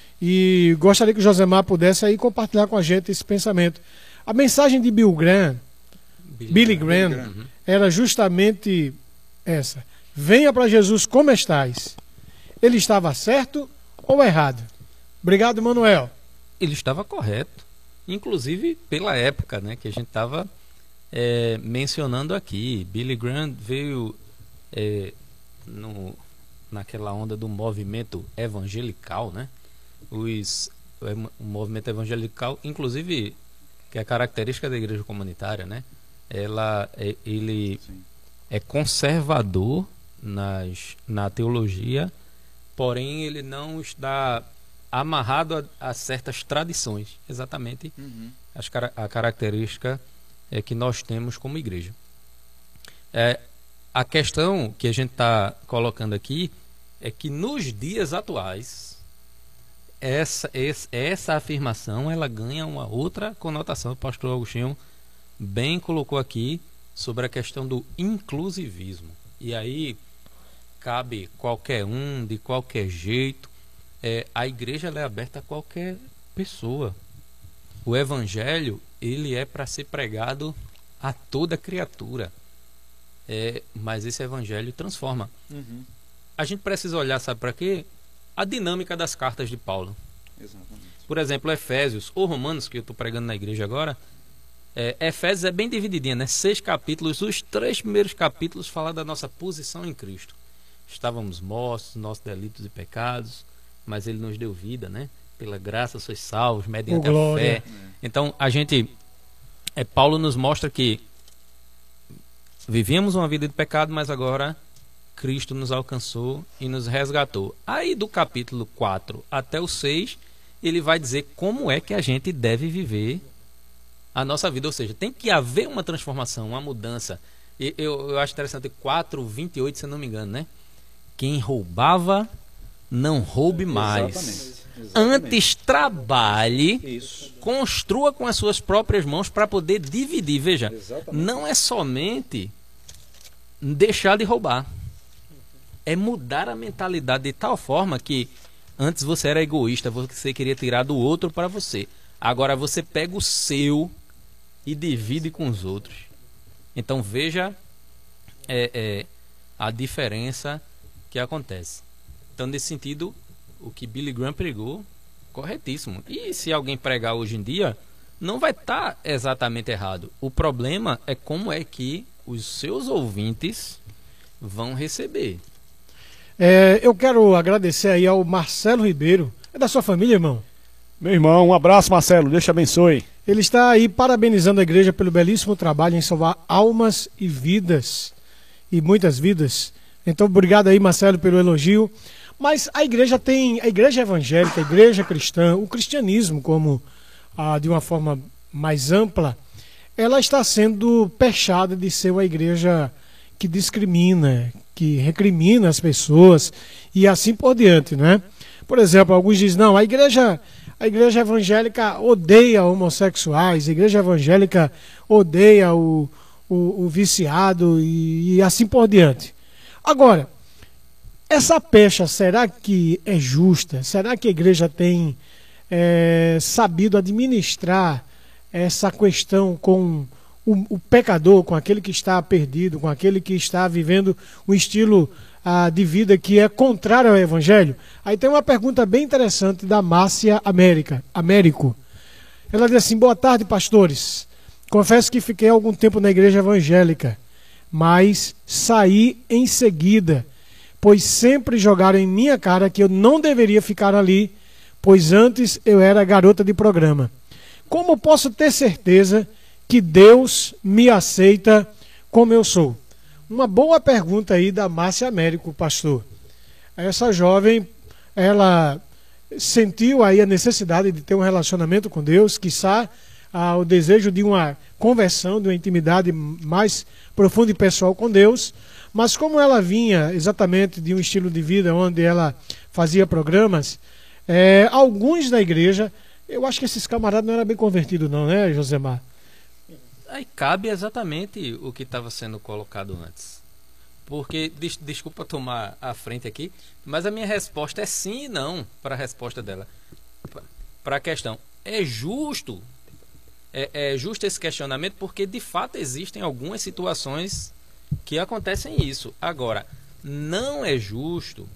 Speaker 1: e gostaria que o Josemar pudesse aí compartilhar com a gente esse pensamento. A mensagem de Bill Graham, Billy, Billy Graham, Graham uhum. era justamente essa: venha para Jesus como estás. Ele estava certo ou errado? Obrigado, Manuel.
Speaker 2: Ele estava correto, inclusive pela época, né, que a gente estava é, mencionando aqui. Billy Graham veio é, no, naquela onda do movimento evangelical, né? Os, o movimento evangelical, inclusive, que é característica da igreja comunitária, né? Ela, é, ele Sim. é conservador nas, na teologia, porém ele não está amarrado a, a certas tradições, exatamente
Speaker 5: Uhum.
Speaker 2: as, cara- a característica é, que nós temos como igreja. É, a questão que a gente está colocando aqui é que nos dias atuais essa, esse- essa afirmação ela ganha uma outra conotação. O pastor Agostinho bem colocou aqui sobre a questão do inclusivismo. E aí cabe qualquer um, de qualquer jeito. É, a igreja ela é aberta a qualquer pessoa. O evangelho ele é para ser pregado a toda criatura. É, mas esse evangelho transforma.
Speaker 5: Uhum.
Speaker 2: A gente precisa olhar, sabe para quê? A dinâmica das cartas de Paulo.
Speaker 5: Exatamente.
Speaker 2: Por exemplo, Efésios ou Romanos, que eu estou pregando na igreja agora. É, Efésios é bem divididinha, né? Seis capítulos. Os três primeiros capítulos falam da nossa posição em Cristo. Estávamos mortos, nossos delitos e pecados, mas Ele nos deu vida, né? Pela graça sois salvos, mediante
Speaker 1: Oh,
Speaker 2: a
Speaker 1: glória.
Speaker 2: fé. Então, a gente... É, Paulo nos mostra que vivíamos uma vida de pecado, mas agora Cristo nos alcançou e nos resgatou. Aí do capítulo quatro até o seis, ele vai dizer como é que a gente deve viver a nossa vida. Ou seja, tem que haver uma transformação, uma mudança. E eu, eu acho interessante, quatro, vinte e oito, se eu não me engano, né? Quem roubava, não roube mais.
Speaker 5: Exatamente. Exatamente.
Speaker 2: Antes trabalhe,
Speaker 5: Isso.
Speaker 2: construa com as suas próprias mãos para poder dividir. Veja,
Speaker 5: Exatamente.
Speaker 2: não é somente deixar de roubar. É mudar a mentalidade de tal forma que antes você era egoísta, você queria tirar do outro para você. Agora você pega o seu e divide com os outros. Então veja é, é, a diferença que acontece. Então, nesse sentido, o que Billy Graham pregou, corretíssimo. E se alguém pregar hoje em dia, não vai estar exatamente errado. O problema é como é que os seus ouvintes vão receber.
Speaker 1: É, eu quero agradecer aí ao Marcelo Ribeiro. É da sua família, irmão?
Speaker 4: Meu irmão, um abraço, Marcelo. Deus te abençoe.
Speaker 1: Ele está aí parabenizando a igreja pelo belíssimo trabalho em salvar almas e vidas. E muitas vidas. Então, obrigado aí, Marcelo, pelo elogio. Mas a igreja tem, a igreja evangélica, a igreja cristã, o cristianismo como ah, de uma forma mais ampla, ela está sendo pechada de ser uma igreja que discrimina, que recrimina as pessoas e assim por diante, né? Por exemplo, alguns dizem, não, a igreja, a igreja evangélica odeia homossexuais, a igreja evangélica odeia o, o, o viciado e, e assim por diante. Agora, essa pecha, será que é justa? Será que a igreja tem é, sabido administrar essa questão com o, o pecador, com aquele que está perdido, com aquele que está vivendo um estilo ah, de vida que é contrário ao evangelho? Aí tem uma pergunta bem interessante da Márcia América, Américo. Ela diz assim, boa tarde, pastores. Confesso que fiquei algum tempo na igreja evangélica, mas saí em seguida, pois sempre jogaram em minha cara que eu não deveria ficar ali, pois antes eu era garota de programa. Como posso ter certeza que Deus me aceita como eu sou? Uma boa pergunta aí da Márcia Américo, pastor. Essa jovem, ela sentiu aí a necessidade de ter um relacionamento com Deus, quiçá ah, o desejo de uma conversão, de uma intimidade mais profunda e pessoal com Deus, mas como ela vinha exatamente de um estilo de vida onde ela fazia programas, é, alguns da igreja, eu acho que esses camaradas não eram bem convertidos não, né, Josemar?
Speaker 2: Aí cabe exatamente o que estava sendo colocado antes. Porque, des, desculpa tomar a frente aqui, mas a minha resposta é sim e não para a resposta dela. Para a questão, é justo, é, é justo esse questionamento, porque de fato existem algumas situações que acontecem isso. Agora, não é justo,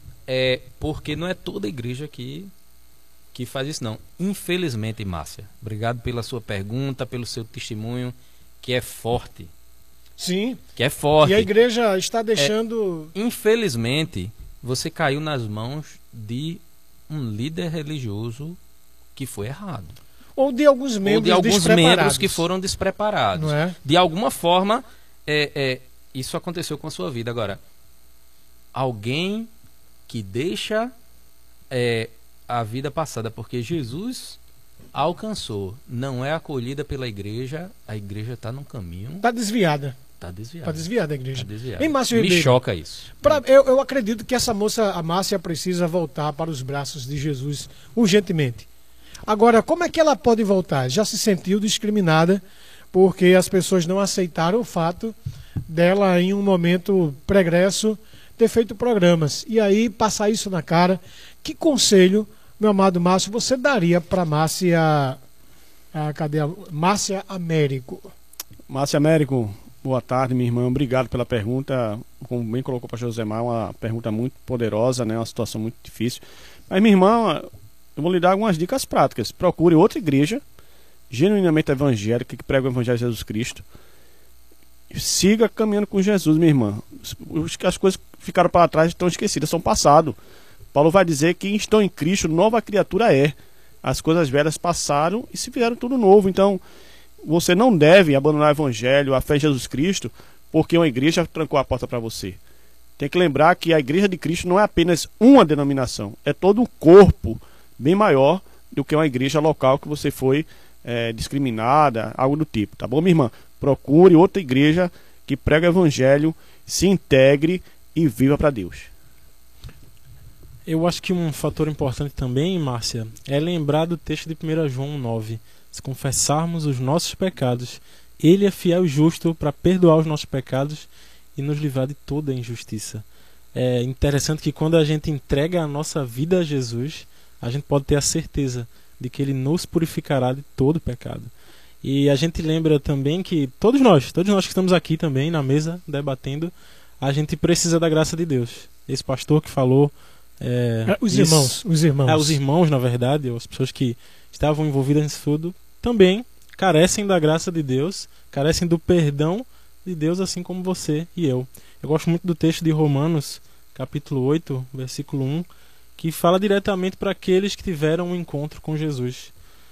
Speaker 2: é porque não é toda igreja que, que faz isso, não. Infelizmente, Márcia, obrigado pela sua pergunta, pelo seu testemunho, que é forte.
Speaker 1: Sim.
Speaker 2: Que é forte.
Speaker 1: E a igreja está deixando...
Speaker 2: É, infelizmente, você caiu nas mãos de um líder religioso que foi errado.
Speaker 1: Ou de alguns membros
Speaker 2: Ou de alguns
Speaker 1: despreparados.
Speaker 2: membros que foram despreparados.
Speaker 1: Não é?
Speaker 2: De alguma forma, é, é, isso aconteceu com a sua vida. Agora, alguém que deixa é, a vida passada, porque Jesus alcançou, não é acolhida pela igreja, a igreja está num caminho...
Speaker 1: Está desviada.
Speaker 2: Está desviada.
Speaker 1: Está desviada a igreja.
Speaker 2: Tá desviada.
Speaker 1: Em Márcio
Speaker 2: Me
Speaker 1: Ribeiro,
Speaker 2: choca isso.
Speaker 1: Pra, eu, eu acredito que essa moça, a Márcia, precisa voltar para os braços de Jesus urgentemente. Agora, como é que ela pode voltar? Já se sentiu discriminada porque as pessoas não aceitaram o fato dela, em um momento pregresso, ter feito programas. E aí, passar isso na cara. Que conselho, meu amado Márcio, você daria para Márcia... A, cadê a, Márcia Américo?
Speaker 4: Márcia Américo, boa tarde, minha irmã. Obrigado pela pergunta. Como bem colocou o pastor Josemar, uma pergunta muito poderosa, né? Uma situação muito difícil. Mas, minha irmã, eu vou lhe dar algumas dicas práticas. Procure outra igreja genuinamente evangélica que prega o evangelho de Jesus Cristo. Siga caminhando com Jesus, minha irmã. As coisas que ficaram para trás estão esquecidas, são passado. Paulo vai dizer que quem estão em Cristo, nova criatura é. As coisas velhas passaram e se fizeram tudo novo. Então, você não deve abandonar o evangelho, a fé em Jesus Cristo, porque uma igreja trancou a porta para você. Tem que lembrar que a igreja de Cristo não é apenas uma denominação, é todo um corpo bem maior do que uma igreja local que você foi é, discriminada, algo do tipo. Tá bom, minha irmã? Procure outra igreja que prega o evangelho, se integre e viva para Deus.
Speaker 3: Eu acho que um fator importante também, Márcia, é lembrar do texto de primeiro João nove. Se confessarmos os nossos pecados, Ele é fiel e justo para perdoar os nossos pecados e nos livrar de toda a injustiça. É interessante que quando a gente entrega a nossa vida a Jesus, a gente pode ter a certeza de que Ele nos purificará de todo pecado. E a gente lembra também que todos nós, todos nós que estamos aqui também na mesa debatendo, a gente precisa da graça de Deus. Esse pastor que falou... É,
Speaker 1: os
Speaker 3: isso,
Speaker 1: irmãos, os irmãos.
Speaker 3: É, os irmãos, na verdade, as pessoas que estavam envolvidas nisso tudo, também carecem da graça de Deus, carecem do perdão de Deus, assim como você e eu. Eu gosto muito do texto de Romanos, capítulo oito, versículo um, que fala diretamente para aqueles que tiveram um encontro com Jesus.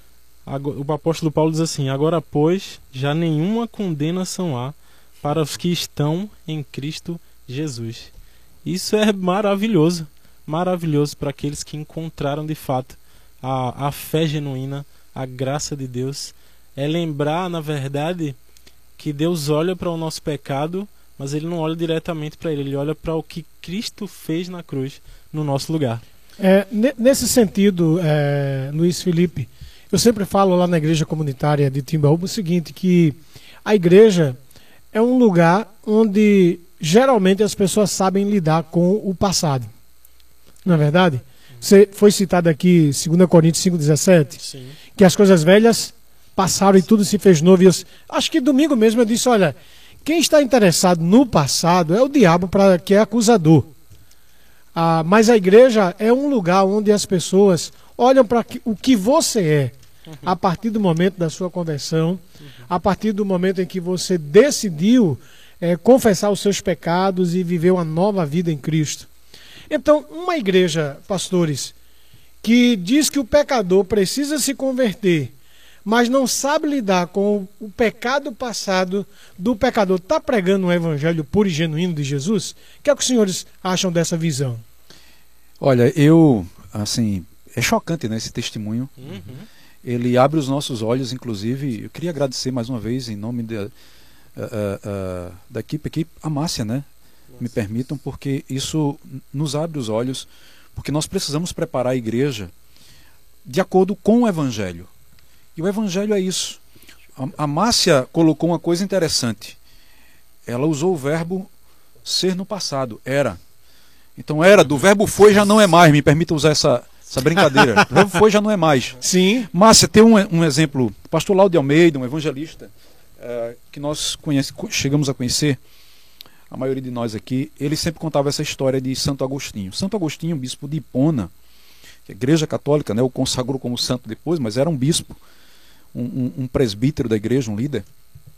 Speaker 3: O apóstolo Paulo diz assim: agora, pois, já nenhuma condenação há para os que estão em Cristo Jesus. Isso é maravilhoso. Maravilhoso para aqueles que encontraram de fato a, a fé genuína, a graça de Deus. É lembrar, na verdade, que Deus olha para o nosso pecado, mas Ele não olha diretamente para ele, Ele olha para o que Cristo fez na cruz no nosso lugar.
Speaker 1: É, nesse sentido, é, Luiz Felipe, eu sempre falo lá na igreja comunitária de Timbaúba o seguinte, que a igreja é um lugar onde geralmente as pessoas sabem lidar com o passado. Não é verdade? Você foi citado aqui, dois Coríntios cinco, dezessete,
Speaker 3: Sim.
Speaker 1: que as coisas velhas passaram e tudo se fez novo. E eu, acho que domingo mesmo eu disse, olha, quem está interessado no passado é o diabo, pra, que é acusador. Ah, mas a igreja é um lugar onde as pessoas olham para o que você é, a partir do momento da sua conversão, a partir do momento em que você decidiu é, confessar os seus pecados e viver uma nova vida em Cristo. Então, uma igreja, pastores, que diz que o pecador precisa se converter, mas não sabe lidar com o pecado passado do pecador, está pregando um evangelho puro e genuíno de Jesus? O que é que os senhores acham dessa visão?
Speaker 5: Olha, eu, assim, é chocante, né, esse testemunho.
Speaker 3: Uhum.
Speaker 5: Ele abre os nossos olhos, inclusive. Eu queria agradecer mais uma vez, em nome da, uh, uh, uh, da equipe aqui, a Márcia, né? Me permitam, porque isso nos abre os olhos, porque nós precisamos preparar a igreja de acordo com o Evangelho. E o Evangelho é isso. A, a Márcia colocou uma coisa interessante. Ela usou o verbo ser no passado, era. Então era, do verbo foi já não é mais, me permita usar essa, essa brincadeira. O verbo foi já não é mais.
Speaker 1: Sim.
Speaker 5: Márcia, tem um, um exemplo, o pastor Laude Almeida, um evangelista, uh, que nós conhece, chegamos a conhecer, a maioria de nós aqui, ele sempre contava essa história de Santo Agostinho. Santo Agostinho, bispo de Hipona, que a igreja católica, né, o consagrou como santo depois, mas era um bispo, um, um, um presbítero da igreja, um líder.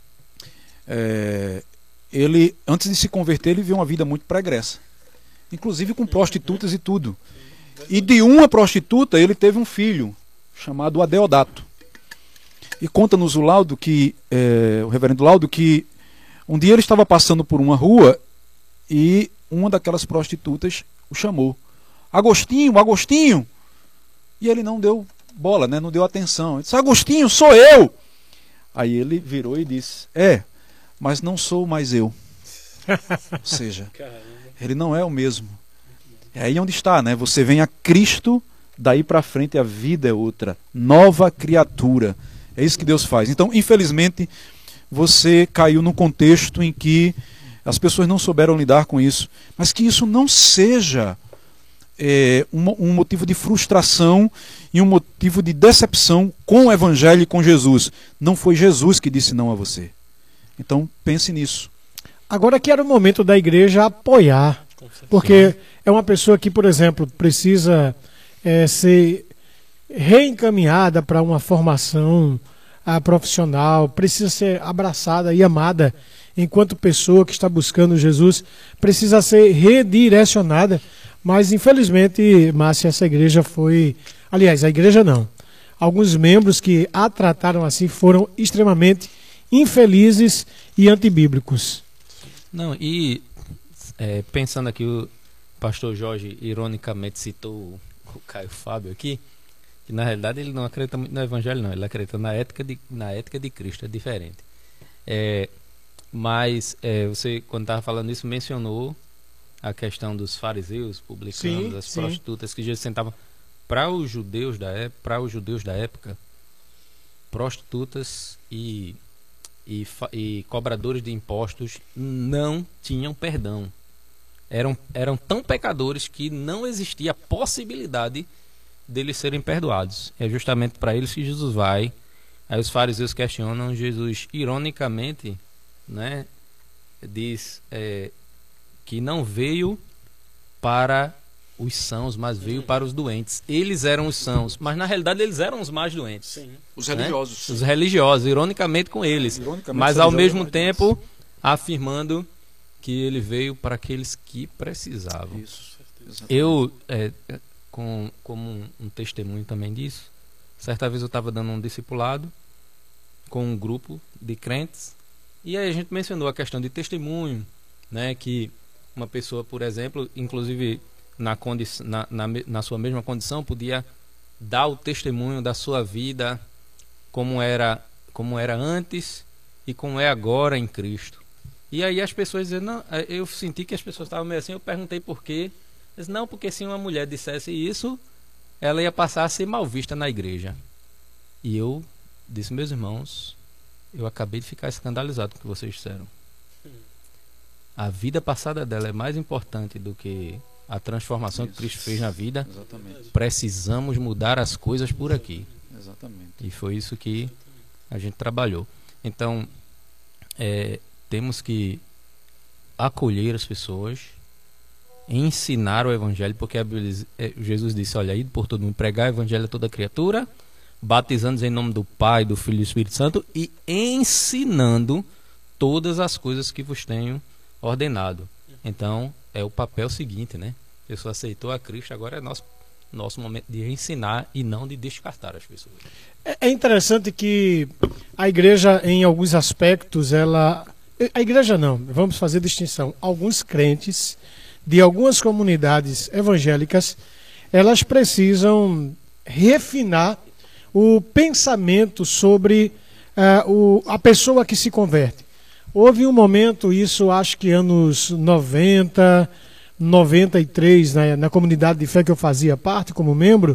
Speaker 5: É, ele, antes de se converter, ele viveu uma vida muito pregressa, inclusive com prostitutas e tudo. E de uma prostituta ele teve um filho chamado Adeodato. E conta-nos o Laudo que, é, o reverendo Laudo, que um dia ele estava passando por uma rua e uma daquelas prostitutas o chamou. Agostinho, Agostinho! E ele não deu bola, né? Não deu atenção. Ele disse: Agostinho, sou eu! Aí ele virou e disse: é, mas não sou mais eu. Ou seja, ele não é o mesmo. É aí onde está, né? Você vem a Cristo, daí para frente a vida é outra. Nova criatura. É isso que Deus faz. Então, infelizmente, você caiu num contexto em que as pessoas não souberam lidar com isso. Mas que isso não seja é, um, um motivo de frustração e um motivo de decepção com o Evangelho e com Jesus. Não foi Jesus que disse não a você. Então, pense nisso.
Speaker 1: Agora que era o momento da igreja apoiar. Porque é uma pessoa que, por exemplo, precisa é, ser reencaminhada para uma formação a, profissional, precisa ser abraçada e amada enquanto pessoa que está buscando Jesus, precisa ser redirecionada. Mas, infelizmente, Márcia, essa igreja foi... Aliás, a igreja não. Alguns membros que a trataram assim foram extremamente infelizes e antibíblicos.
Speaker 2: Não, e é, pensando aqui, o pastor Jorge ironicamente citou o, o Caio Fábio aqui, que na realidade ele não acredita muito no evangelho, não, ele acredita na ética de, na ética de Cristo, é diferente. É, mas é, você, quando estava falando isso, mencionou a questão dos fariseus, publicanos, as sim. prostitutas, que Jesus sentavam. Para os judeus da época, para os judeus da época, prostitutas e E, e cobradores de impostos não tinham perdão. Eram, eram tão pecadores que não existia a possibilidade deles serem perdoados. É justamente para eles que Jesus vai. Aí os fariseus questionam Jesus, ironicamente, né, diz é, que não veio para os sãos, mas veio para os doentes. Eles eram os sãos, mas na realidade eles eram os mais doentes. Sim.
Speaker 5: Os religiosos.
Speaker 2: Né? Os religiosos, ironicamente com eles. Ironicamente, mas ao mesmo tempo afirmando que ele veio para aqueles que precisavam. Isso. Eu, é, com, como um, um testemunho também disso, certa vez eu estava dando um discipulado com um grupo de crentes, e aí a gente mencionou a questão de testemunho, né, que uma pessoa, por exemplo, inclusive Na, na, na, na sua mesma condição, podia dar o testemunho da sua vida como era, como era antes e como é agora em Cristo. E aí as pessoas diziam, não, eu senti que as pessoas estavam meio assim, eu perguntei por quê. Eles, não, porque se uma mulher dissesse isso, ela ia passar a ser mal vista na igreja. E eu disse, meus irmãos, eu acabei de ficar escandalizado com o que vocês disseram. A vida passada dela é mais importante do que a transformação Isso. que Cristo fez na vida. Exatamente. Precisamos mudar as coisas por aqui.
Speaker 5: Exatamente.
Speaker 2: E foi isso que a gente trabalhou. Então, é, temos que acolher as pessoas, ensinar o evangelho, porque a Bíblia, Jesus disse, olha, ide por todo mundo, pregar o evangelho a toda criatura, batizando-os em nome do Pai, do Filho e do Espírito Santo, e ensinando todas as coisas que vos tenho ordenado. Então, é o papel seguinte, né? A pessoa aceitou a Cristo, agora é nosso, nosso momento de ensinar e não de descartar as pessoas.
Speaker 1: É interessante que a igreja, em alguns aspectos, ela... A igreja não, vamos fazer distinção. Alguns crentes de algumas comunidades evangélicas, elas precisam refinar o pensamento sobre uh, o, a pessoa que se converte. Houve um momento, isso acho que anos noventa, noventa e três, na, na comunidade de fé que eu fazia parte como membro,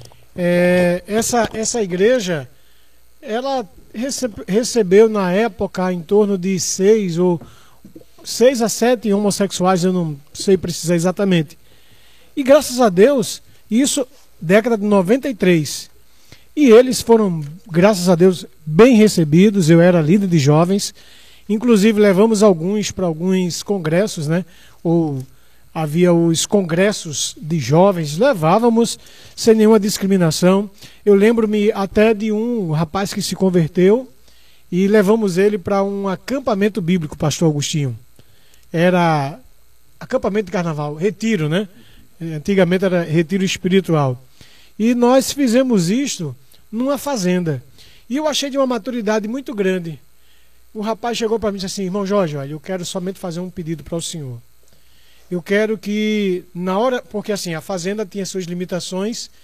Speaker 1: é, essa, essa igreja, ela recebe, recebeu na época em torno de seis ou seis a sete homossexuais, eu não sei precisar exatamente. E graças a Deus, isso década de noventa e três. E eles foram, graças a Deus, bem recebidos. Eu era líder de jovens. Inclusive levamos alguns para alguns congressos, né? Ou havia os congressos de jovens, levávamos sem nenhuma discriminação. Eu lembro-me até de um rapaz que se converteu e levamos ele para um acampamento bíblico, pastor Agostinho. Era acampamento de carnaval, retiro, né? Antigamente era retiro espiritual. E nós fizemos isto numa fazenda. E eu achei de uma maturidade muito grande. O rapaz chegou para mim e disse assim, irmão Jorge, olha, eu quero somente fazer um pedido para o senhor. Eu quero que, na hora, porque assim, a fazenda tinha suas limitações,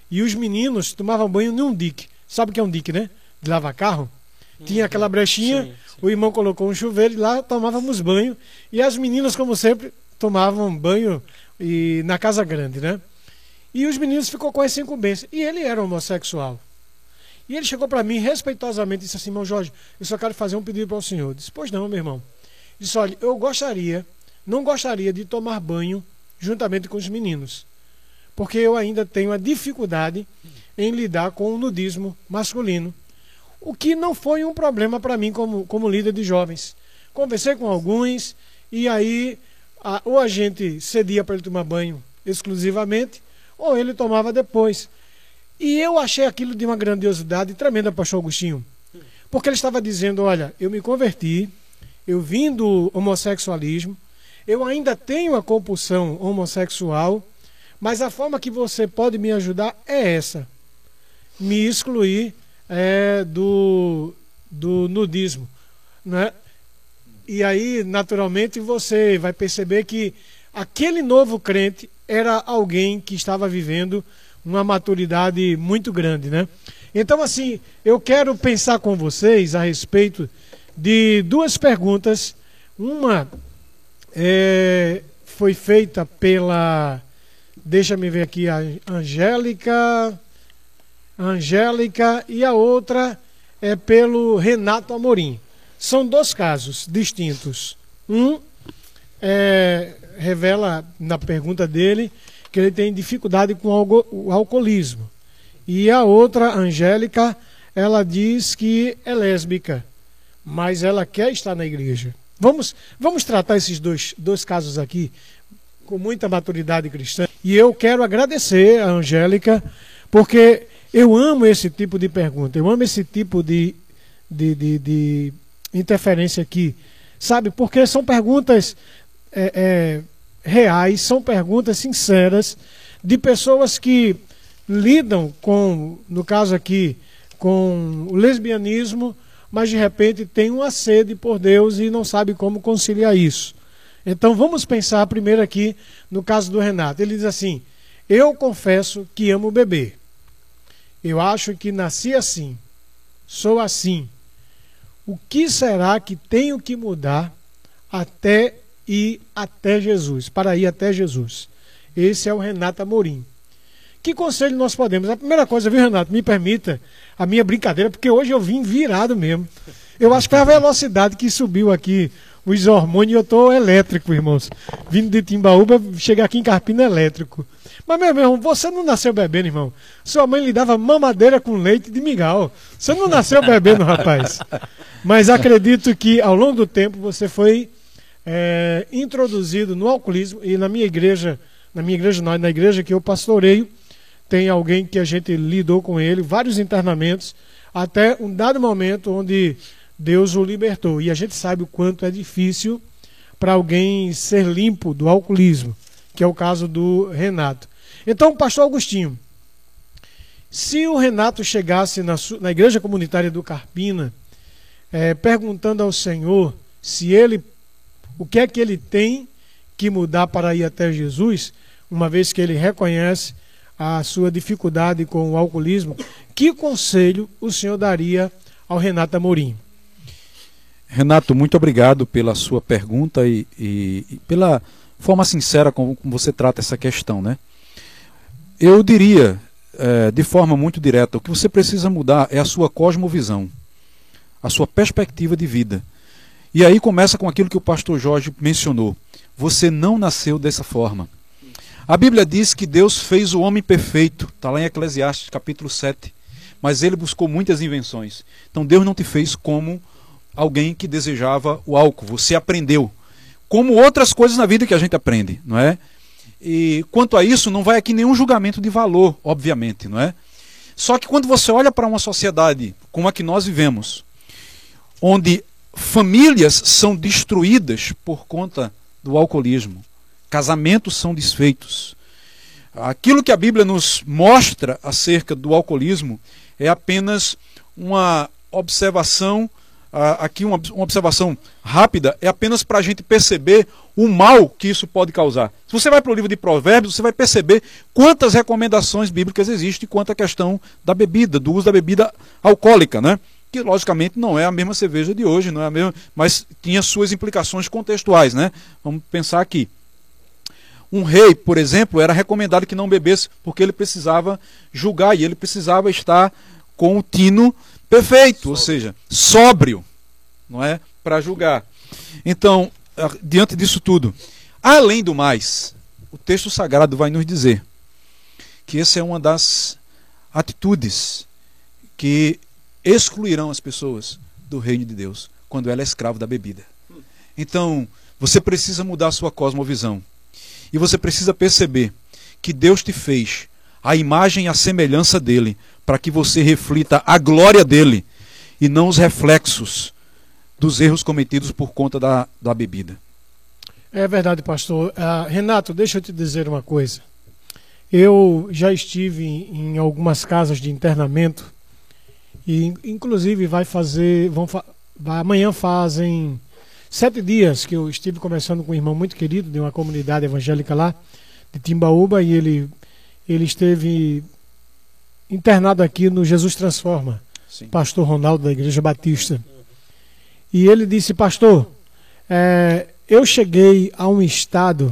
Speaker 1: e os meninos tomavam banho num dique. Sabe o que é um dique, né? De lavar carro? Tinha aquela brechinha, sim, sim. O irmão colocou um chuveiro e lá tomávamos banho. E as meninas, como sempre, tomavam banho e, na casa grande, né? E os meninos ficou com essa incumbência. E ele era homossexual. E ele chegou para mim respeitosamente e disse assim: irmão Jorge, eu só quero fazer um pedido para o senhor. Eu disse: pois não, meu irmão. Ele disse: olha, eu gostaria, não gostaria de tomar banho juntamente com os meninos, porque eu ainda tenho a dificuldade em lidar com o nudismo masculino. O que não foi um problema para mim como, como líder de jovens. Conversei com alguns e aí a, ou a gente cedia para ele tomar banho exclusivamente, ou ele tomava depois. E eu achei aquilo de uma grandiosidade tremenda, pastor Agostinho, porque ele estava dizendo: olha, eu me converti, eu vim do homossexualismo, eu ainda tenho a compulsão homossexual, mas a forma que você pode me ajudar é essa: me excluir é, do, do nudismo, né? E aí, naturalmente, você vai perceber que aquele novo crente era alguém que estava vivendo uma maturidade muito grande, né? Então, assim, eu quero pensar com vocês a respeito de duas perguntas. Uma é, foi feita pela, deixa-me ver aqui, a Angélica, Angélica, e a outra é pelo Renato Amorim. São dois casos distintos. Um é, revela na pergunta dele que ele tem dificuldade com o alcoolismo. E a outra, Angélica, ela diz que é lésbica, mas ela quer estar na igreja. Vamos, vamos tratar esses dois, dois casos aqui com muita maturidade cristã. E eu quero agradecer a Angélica, porque eu amo esse tipo de pergunta, eu amo esse tipo de, de, de, de interferência aqui, sabe? Porque são perguntas é, é, reais, são perguntas sinceras de pessoas que lidam com, no caso aqui, com o lesbianismo, mas de repente tem uma sede por Deus e não sabe como conciliar isso. Então vamos pensar primeiro aqui no caso do Renato. Ele diz assim: eu confesso que amo beber. Eu acho que nasci assim, sou assim. O que será que tenho que mudar até ir até Jesus, para ir até Jesus? Esse é o Renato Amorim. Que conselho nós podemos? A primeira coisa, viu, Renato, me permita a minha brincadeira, porque hoje eu vim virado mesmo. Eu acho que foi a velocidade que subiu aqui os hormônios, eu estou elétrico, irmãos. Vindo de Timbaúba, chegar aqui em Carpina elétrico. Mas, meu irmão, você não nasceu bebendo, irmão. Sua mãe lhe dava mamadeira com leite de mingau. Você não nasceu bebendo, rapaz. Mas acredito que, ao longo do tempo, você foi é, introduzido no alcoolismo. E na minha igreja, na minha igreja não, na igreja que eu pastoreio, tem alguém que a gente lidou com ele, vários internamentos, até um dado momento onde Deus o libertou. E a gente sabe o quanto é difícil para alguém ser limpo do alcoolismo, que é o caso do Renato. Então, pastor Agostinho, se o Renato chegasse na, na igreja comunitária do Carpina, é, perguntando ao Senhor se ele, o que é que ele tem que mudar para ir até Jesus, uma vez que ele reconhece a sua dificuldade com o alcoolismo, que conselho o senhor daria ao Renato Amorim?
Speaker 5: Renato, muito obrigado pela sua pergunta e, e, e pela forma sincera como, como você trata essa questão, né? Eu diria, é, de forma muito direta, o que você precisa mudar é a sua cosmovisão, a sua perspectiva de vida. E aí começa com aquilo que o pastor Jorge mencionou. Você não nasceu dessa forma. A Bíblia diz que Deus fez o homem perfeito, está lá em Eclesiastes capítulo sete, mas ele buscou muitas invenções. Então Deus não te fez como alguém que desejava o álcool, você aprendeu, como outras coisas na vida que a gente aprende, não é? E quanto a isso, não vai aqui nenhum julgamento de valor, obviamente, não é? Só que quando você olha para uma sociedade como a que nós vivemos, onde famílias são destruídas por conta do alcoolismo, casamentos são desfeitos. Aquilo que a Bíblia nos mostra acerca do alcoolismo é apenas uma observação ah, aqui uma, uma observação rápida, é apenas para a gente perceber o mal que isso pode causar. Se você vai para o livro de Provérbios, você vai perceber quantas recomendações bíblicas existem quanto à questão da bebida, do uso da bebida alcoólica, né? Que logicamente não é a mesma cerveja de hoje, não é a mesma, mas tinha suas implicações contextuais, né? Vamos pensar aqui. Um rei, por exemplo, era recomendado que não bebesse porque ele precisava julgar e ele precisava estar com o tino perfeito, sóbrio. Ou seja, sóbrio, não é, para julgar. Então, diante disso tudo, além do mais, o texto sagrado vai nos dizer que essa é uma das atitudes que excluirão as pessoas do reino de Deus quando ela é escravo da bebida. Então, você precisa mudar a sua cosmovisão. E você precisa perceber que Deus te fez a imagem e a semelhança dele, para que você reflita a glória dele e não os reflexos dos erros cometidos por conta da, da bebida.
Speaker 1: É verdade, pastor. Uh, Renato, deixa eu te dizer uma coisa. Eu já estive em, em algumas casas de internamento e, inclusive, vai fazer, vão fa vai, amanhã fazem sete dias que eu estive conversando com um irmão muito querido de uma comunidade evangélica lá, de Timbaúba, e ele, ele esteve internado aqui no Jesus Transforma, Sim. pastor Ronaldo da Igreja Batista. E ele disse, pastor, é, eu cheguei a um estado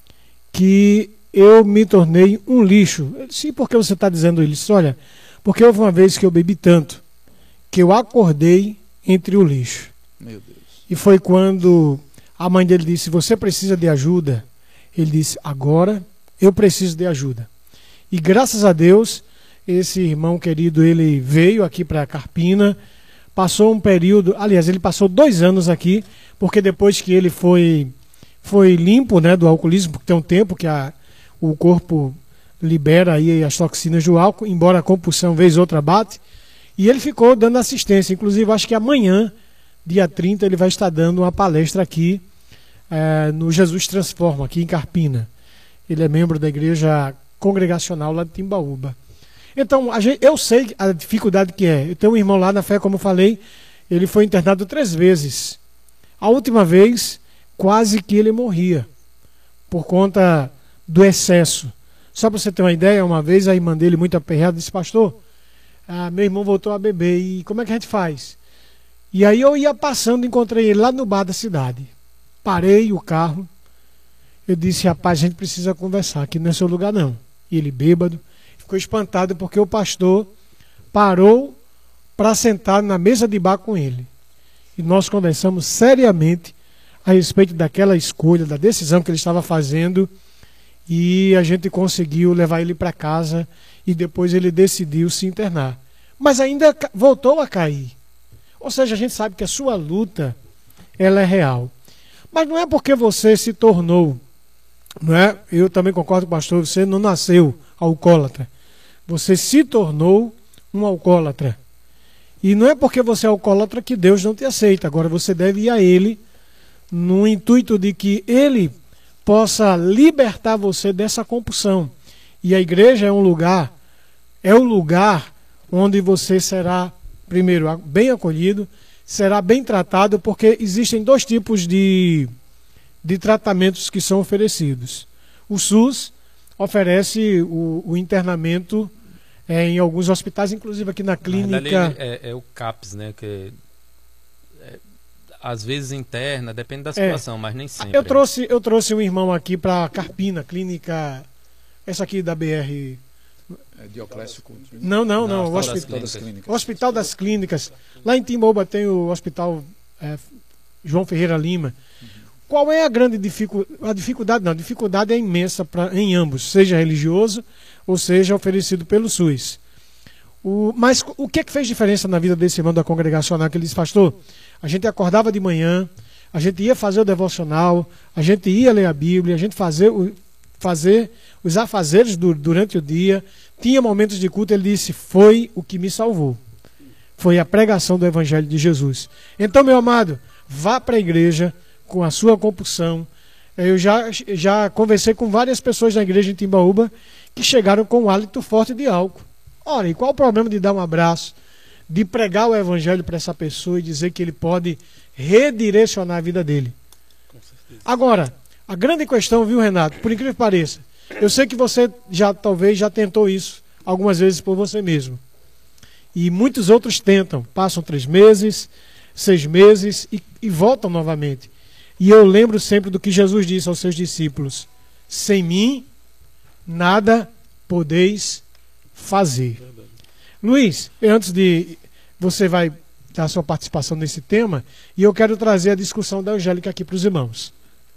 Speaker 1: que eu me tornei um lixo. Eu disse, por que você está dizendo isso? Ele disse, olha, porque houve uma vez que eu bebi tanto que eu acordei entre o lixo.
Speaker 5: Meu Deus.
Speaker 1: E foi quando a mãe dele disse, você precisa de ajuda? Ele disse, agora eu preciso de ajuda. E graças a Deus, esse irmão querido, ele veio aqui para Carpina, passou um período, aliás, ele passou dois anos aqui, porque depois que ele foi, foi limpo, né, do alcoolismo, porque tem um tempo que a, o corpo libera aí as toxinas do álcool, embora a compulsão vez ou outra bate, e ele ficou dando assistência. Inclusive, acho que amanhã, dia trinta, ele vai estar dando uma palestra aqui é, no Jesus Transforma, aqui em Carpina. Ele é membro da igreja congregacional lá de Timbaúba. Então, a gente, eu sei a dificuldade que é. Eu tenho um irmão lá na fé, como eu falei, ele foi internado três vezes. A última vez, quase que ele morria, por conta do excesso. Só para você ter uma ideia, uma vez a irmã dele, muito aperreada, disse, pastor, ah, meu irmão voltou a beber, e como é que a gente faz? E aí eu ia passando, encontrei ele lá no bar da cidade. Parei o carro, eu disse, rapaz, a gente precisa conversar, aqui não é seu lugar não. E ele bêbado, ficou espantado porque o pastor parou para sentar na mesa de bar com ele. E nós conversamos seriamente a respeito daquela escolha, da decisão que ele estava fazendo, e a gente conseguiu levar ele para casa e depois ele decidiu se internar. Mas ainda voltou a cair. Ou seja, a gente sabe que a sua luta, ela é real. Mas não é porque você se tornou, não é? Eu também concordo com o pastor, você não nasceu alcoólatra. Você se tornou um alcoólatra. E não é porque você é alcoólatra que Deus não te aceita. Agora você deve ir a Ele no intuito de que Ele possa libertar você dessa compulsão. E a igreja é um lugar, é o lugar onde você será, primeiro, bem acolhido, será bem tratado, porque existem dois tipos de, de tratamentos que são oferecidos. O SUS oferece o, o internamento é, em alguns hospitais, inclusive aqui na clínica...
Speaker 2: É, é o CAPS, né? Que é, às vezes interna, depende da situação, é, mas nem sempre.
Speaker 1: Eu trouxe, eu trouxe um irmão aqui para Carpina, clínica... Essa aqui da B R...
Speaker 5: É Dioclésio Couto.
Speaker 1: Não, não, não.
Speaker 2: não
Speaker 1: o
Speaker 2: Hospital
Speaker 1: das,
Speaker 2: das Clínicas.
Speaker 1: O Hospital das Clínicas. Lá em Timbaúba tem o Hospital é, João Ferreira Lima. Uhum. Qual é a grande dificuldade? A dificuldade não, a dificuldade é imensa pra, em ambos, seja religioso ou seja oferecido pelo SUS. O, mas o que, que fez diferença na vida desse irmão da congregacional? Que ele disse, pastor, a gente acordava de manhã, a gente ia fazer o devocional, a gente ia ler a Bíblia, a gente fazer o... fazer os afazeres do, durante o dia, tinha momentos de culto. Ele disse, foi o que me salvou, foi a pregação do Evangelho de Jesus. Então, meu amado, vá para a igreja com a sua compulsão. Eu já, já conversei com várias pessoas na igreja em Timbaúba que chegaram com um hálito forte de álcool. Ora, e qual o problema de dar um abraço, de pregar o evangelho para essa pessoa e dizer que ele pode redirecionar a vida dele. Agora, a grande questão, viu, Renato, por incrível que pareça, eu sei que você já talvez já tentou isso algumas vezes por você mesmo. E muitos outros tentam, passam três meses, seis meses e, e voltam novamente. E eu lembro sempre do que Jesus disse aos seus discípulos: sem mim, nada podeis fazer. Luiz, antes de... Você vai dar sua participação nesse tema, e eu quero trazer a discussão da Angélica aqui para os irmãos.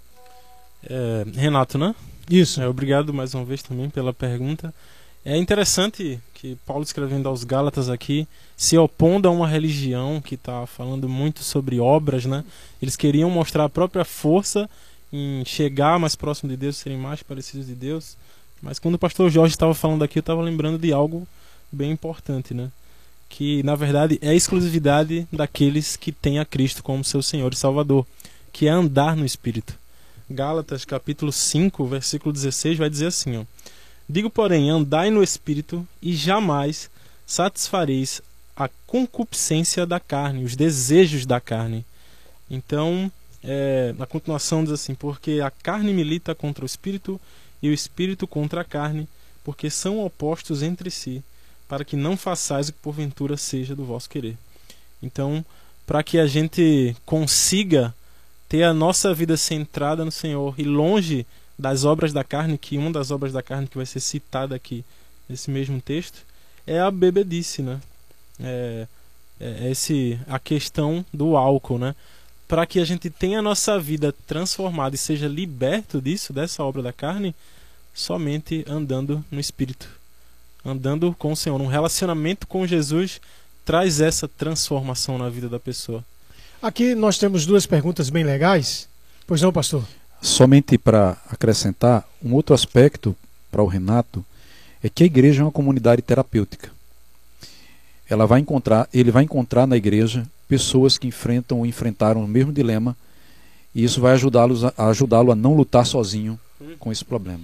Speaker 3: É, Renato, né?
Speaker 1: Isso.
Speaker 3: É, obrigado mais uma vez também pela pergunta. É interessante que Paulo, escrevendo aos Gálatas aqui, se opondo a uma religião que está falando muito sobre obras, né? Eles queriam mostrar a própria força em chegar mais próximo de Deus, serem mais parecidos de Deus. Mas quando o pastor Jorge estava falando aqui, eu estava lembrando de algo bem importante, né? Que na verdade é a exclusividade daqueles que têm a Cristo como seu Senhor e Salvador, que é andar no Espírito. Gálatas capítulo cinco, versículo dezesseis vai dizer assim, ó: digo, porém, andai no Espírito e jamais satisfareis a concupiscência da carne, os desejos da carne. Então, é, na continuação diz assim: porque a carne milita contra o Espírito e o Espírito contra a carne, porque são opostos entre si, para que não façais o que porventura seja do vosso querer. Então, para que a gente consiga ter a nossa vida centrada no Senhor e longe das obras da carne, que uma das obras da carne que vai ser citada aqui nesse mesmo texto é a bebedice, né? É, é esse, a questão do álcool, né? Para que a gente tenha a nossa vida transformada e seja liberto disso, dessa obra da carne, somente andando no Espírito, andando com o Senhor. Um relacionamento com Jesus traz essa transformação na vida da pessoa.
Speaker 1: Aqui nós temos duas perguntas bem legais. Pois não, pastor?
Speaker 5: Somente para acrescentar, um outro aspecto para o Renato é que a igreja é uma comunidade terapêutica. Ela vai encontrar, ele vai encontrar na igreja pessoas que enfrentam ou enfrentaram o mesmo dilema, e isso vai ajudá-los a, ajudá-lo a não lutar sozinho com esse problema.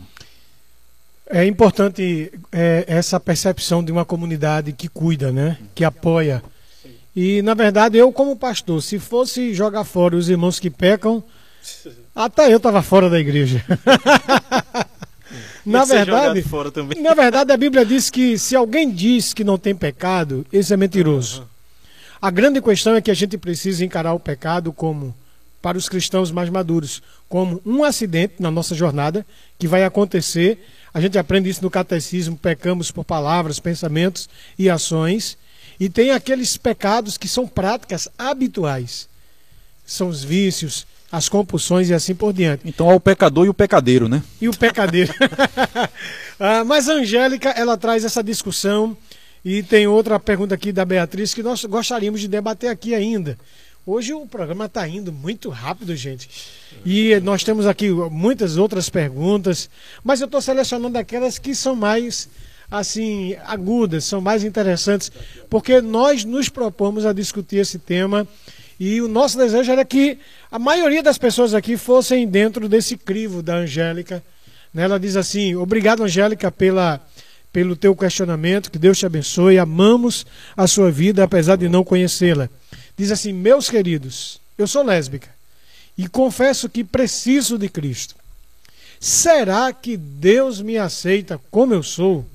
Speaker 1: É importante é, essa percepção de uma comunidade que cuida, né? Que apoia. E, na verdade, eu como pastor, se fosse jogar fora os irmãos que pecam, até eu estava fora da igreja. na verdade,
Speaker 3: fora também.
Speaker 1: na verdade, a Bíblia diz que se alguém diz que não tem pecado, esse é mentiroso. Uhum. A grande questão é que a gente precisa encarar o pecado como, para os cristãos mais maduros, como um acidente na nossa jornada que vai acontecer. A gente aprende isso no catecismo: pecamos por palavras, pensamentos e ações. E tem aqueles pecados que são práticas habituais. São os vícios, as compulsões e assim por diante.
Speaker 5: Então há o pecador e o pecadeiro, né?
Speaker 1: E o pecadeiro. ah, mas a Angélica, ela traz essa discussão. E tem outra pergunta aqui da Beatriz que nós gostaríamos de debater aqui ainda. Hoje o programa está indo muito rápido, gente. E nós temos aqui muitas outras perguntas. Mas eu estou selecionando aquelas que são mais... assim, agudas, são mais interessantes, porque nós nos propomos a discutir esse tema e o nosso desejo era que a maioria das pessoas aqui fossem dentro desse crivo da Angélica. Ela diz assim: obrigado, Angélica, pela, pelo teu questionamento, que Deus te abençoe, amamos a sua vida apesar de não conhecê-la. Diz assim: meus queridos, eu sou lésbica e confesso que preciso de Cristo. Será que Deus me aceita como eu sou?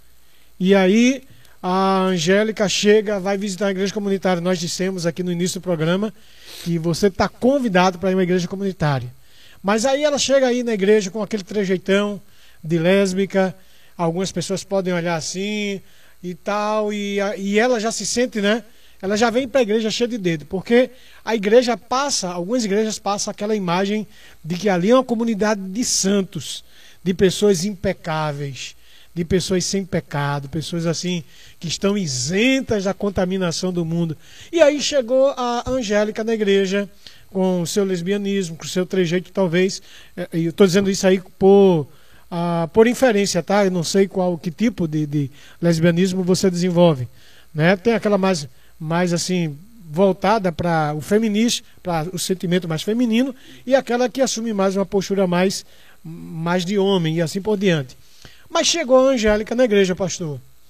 Speaker 1: E aí a Angélica chega, vai visitar a igreja comunitária. Nós dissemos aqui no início do programa que você está convidado para ir a uma igreja comunitária. Mas aí ela chega aí na igreja com aquele trejeitão de lésbica. Algumas pessoas podem olhar assim e tal. E, e ela já se sente, né? Ela já vem para a igreja cheia de dedo. Porque a igreja passa, algumas igrejas passam aquela imagem de que ali é uma comunidade de santos, de pessoas impecáveis, de pessoas sem pecado, pessoas assim que estão isentas da contaminação do mundo. E aí chegou a Angélica na igreja com o seu lesbianismo, com o seu trejeito talvez. E eu estou dizendo isso aí por, uh, por inferência, tá? Eu não sei qual que tipo de, de lesbianismo você desenvolve, né? Tem aquela mais, mais assim voltada para o feminismo, para o sentimento mais feminino, e aquela que assume mais uma postura mais, mais de homem e assim por diante. Mas chegou a Angélica na igreja, pastor.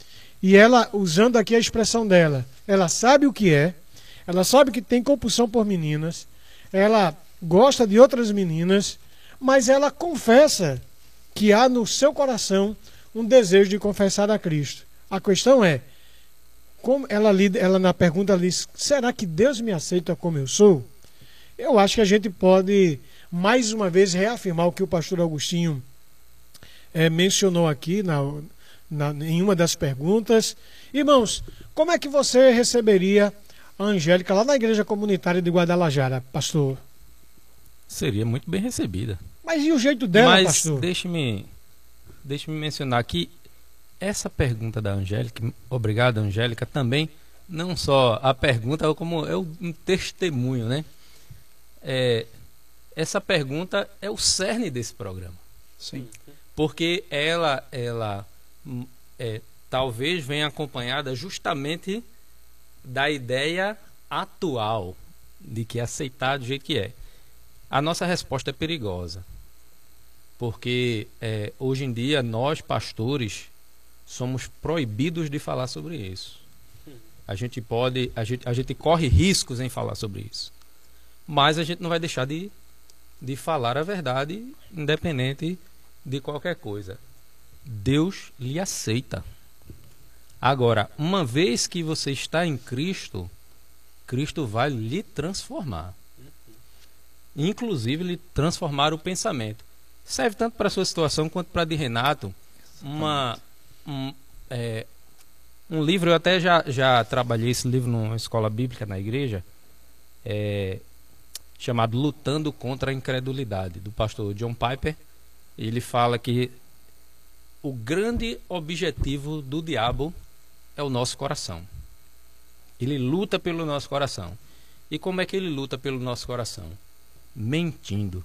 Speaker 1: E ela, usando aqui a expressão dela, ela sabe o que é, ela sabe que tem compulsão por meninas, ela gosta de outras meninas, mas ela confessa que há no seu coração um desejo de confessar a Cristo. A questão é, como ela, ela na pergunta ela diz, será que Deus me aceita como eu sou? Eu acho que a gente pode, mais uma vez, reafirmar o que o pastor Agostinho é, mencionou aqui na, na, em uma das perguntas. Irmãos, como é que você receberia a Angélica lá na igreja comunitária de Guadalajara, pastor?
Speaker 2: Seria muito bem recebida.
Speaker 1: Mas e o jeito dela,
Speaker 2: Mas
Speaker 1: pastor?
Speaker 2: deixe-me deixe-me mencionar que essa pergunta da Angélica, obrigado Angélica, também, não só a pergunta, como é um testemunho, né? É, essa pergunta é o cerne desse programa.
Speaker 5: Sim.
Speaker 2: Porque ela, ela é, talvez venha acompanhada justamente da ideia atual de que aceitar do jeito que é. A nossa resposta é perigosa. Porque é, hoje em dia nós, pastores, somos proibidos de falar sobre isso. A gente pode, a gente, a gente corre riscos em falar sobre isso. Mas a gente não vai deixar de, de falar a verdade, independente de qualquer coisa. Deus lhe aceita. Agora, uma vez que você está em Cristo, Cristo vai lhe transformar. Inclusive, lhe transformar o pensamento. Serve tanto para a sua situação quanto para a de Renato. Uma, um, é, um livro, eu até já, já trabalhei esse livro numa escola bíblica na igreja, é, chamado Lutando contra a Incredulidade, do pastor John Piper. Ele fala que o grande objetivo do diabo é o nosso coração. Ele luta pelo nosso coração. E como é que ele luta pelo nosso coração? Mentindo.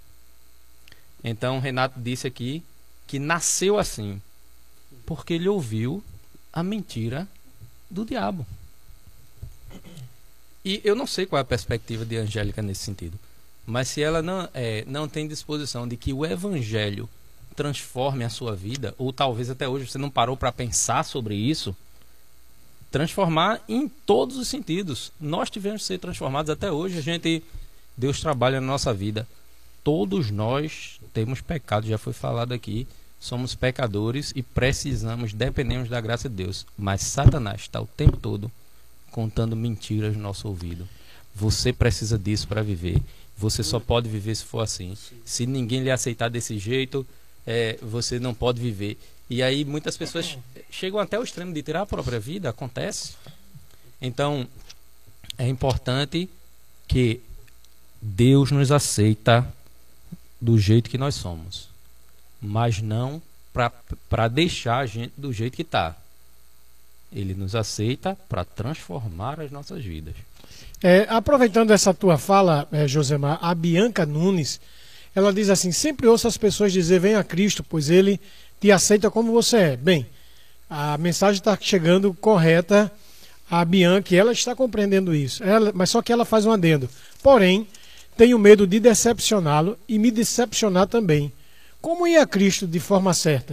Speaker 2: Então Renato disse aqui que nasceu assim, porque ele ouviu a mentira do diabo. E eu não sei qual é a perspectiva de Angélica nesse sentido, mas se ela não, é, não tem disposição de que o evangelho transforme a sua vida, ou talvez até hoje você não parou para pensar sobre isso, transformar em todos os sentidos. Nós tivemos que ser transformados até hoje. A gente, Deus trabalha na nossa vida. Todos nós temos pecado, já foi falado aqui. Somos pecadores e precisamos, dependemos da graça de Deus. Mas Satanás está o tempo todo contando mentiras no nosso ouvido. Você precisa disso para viver. Você só pode viver se for assim. Se ninguém lhe aceitar desse jeito, é, você não pode viver. E aí muitas pessoas chegam até o extremo de tirar a própria vida. Acontece. Então é importante que Deus nos aceita do jeito que nós somos, mas não para deixar a gente do jeito que está. Ele nos aceita para transformar as nossas vidas.
Speaker 1: É, aproveitando essa tua fala, é, Josemar, a Bianca Nunes, ela diz assim: sempre ouço as pessoas dizer, venha a Cristo, pois ele te aceita como você é. Bem, a mensagem está chegando correta a Bianca, e ela está compreendendo isso. Ela, mas só que ela faz um adendo. Porém, tenho medo de decepcioná-lo e me decepcionar também. Como ir a Cristo de forma certa?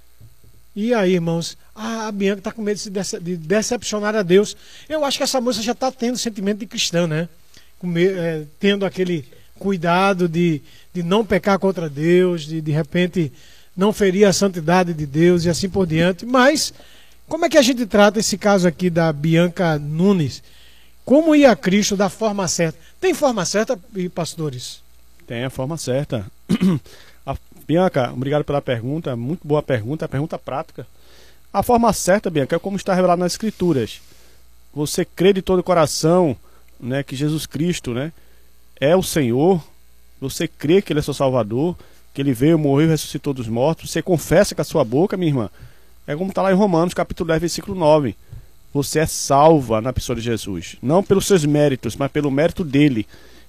Speaker 1: E aí, irmãos, a Bianca está com medo de, dece de decepcionar a Deus. Eu acho que essa moça já está tendo sentimento de cristã, né? Com, é, tendo aquele cuidado de, de não pecar contra Deus, de de repente não ferir a santidade de Deus e assim por diante. Mas como é que a gente trata esse caso aqui da Bianca Nunes? Como ir a Cristo da forma certa? Tem forma certa, pastores?
Speaker 4: Tem a forma certa. A Bianca, obrigado pela pergunta, muito boa pergunta, pergunta prática. A forma certa, Bianca, é como está revelado nas Escrituras. Você crê de todo o coração, né, que Jesus Cristo, né, é o Senhor. Você crê que Ele é seu Salvador, que Ele veio, morreu e ressuscitou dos mortos. Você confessa com a sua boca, minha irmã. É como está lá em Romanos, capítulo dez, versículo nove. Você é salva na pessoa de Jesus. Não pelos seus méritos, mas pelo mérito dele.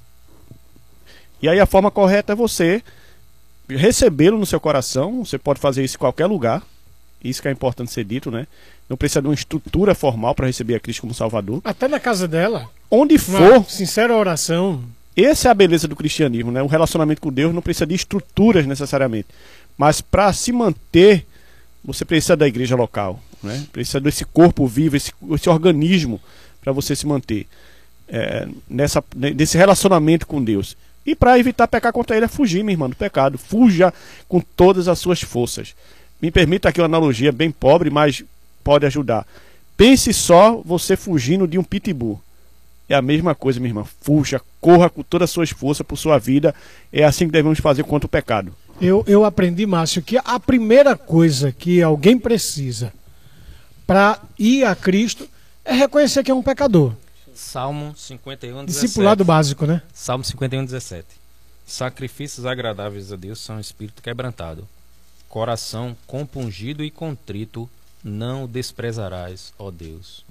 Speaker 4: E aí a forma correta é você recebê-lo no seu coração. Você pode fazer isso em qualquer lugar. Isso que é importante ser dito, né? Não precisa de uma estrutura formal para receber a Cristo como Salvador.
Speaker 1: Até na casa dela.
Speaker 4: Onde for.
Speaker 1: Uma sincera oração.
Speaker 4: Essa é a beleza do cristianismo, né? O relacionamento com Deus não precisa de estruturas necessariamente. Mas para se manter você precisa da igreja local, né? Precisa desse corpo vivo, esse, esse organismo para você se manter é, nessa, nesse relacionamento com Deus. E para evitar pecar contra ele é fugir, minha irmã, do pecado. Fuja com todas as suas forças. Me permita aqui uma analogia bem pobre, mas pode ajudar. Pense só você fugindo de um pitbull. É a mesma coisa, minha irmã. Fuja, corra com todas as suas forças por sua vida. É assim que devemos fazer contra o pecado.
Speaker 1: Eu, eu aprendi, Márcio, que a primeira coisa que alguém precisa para ir a Cristo é reconhecer que é um pecador.
Speaker 2: Salmo cinquenta e um, dezessete.
Speaker 1: Discipulado básico, né?
Speaker 2: Salmo cinquenta e um, dezessete. Sacrifícios agradáveis a Deus são espírito quebrantado. Coração compungido e contrito não o desprezarás, ó Deus.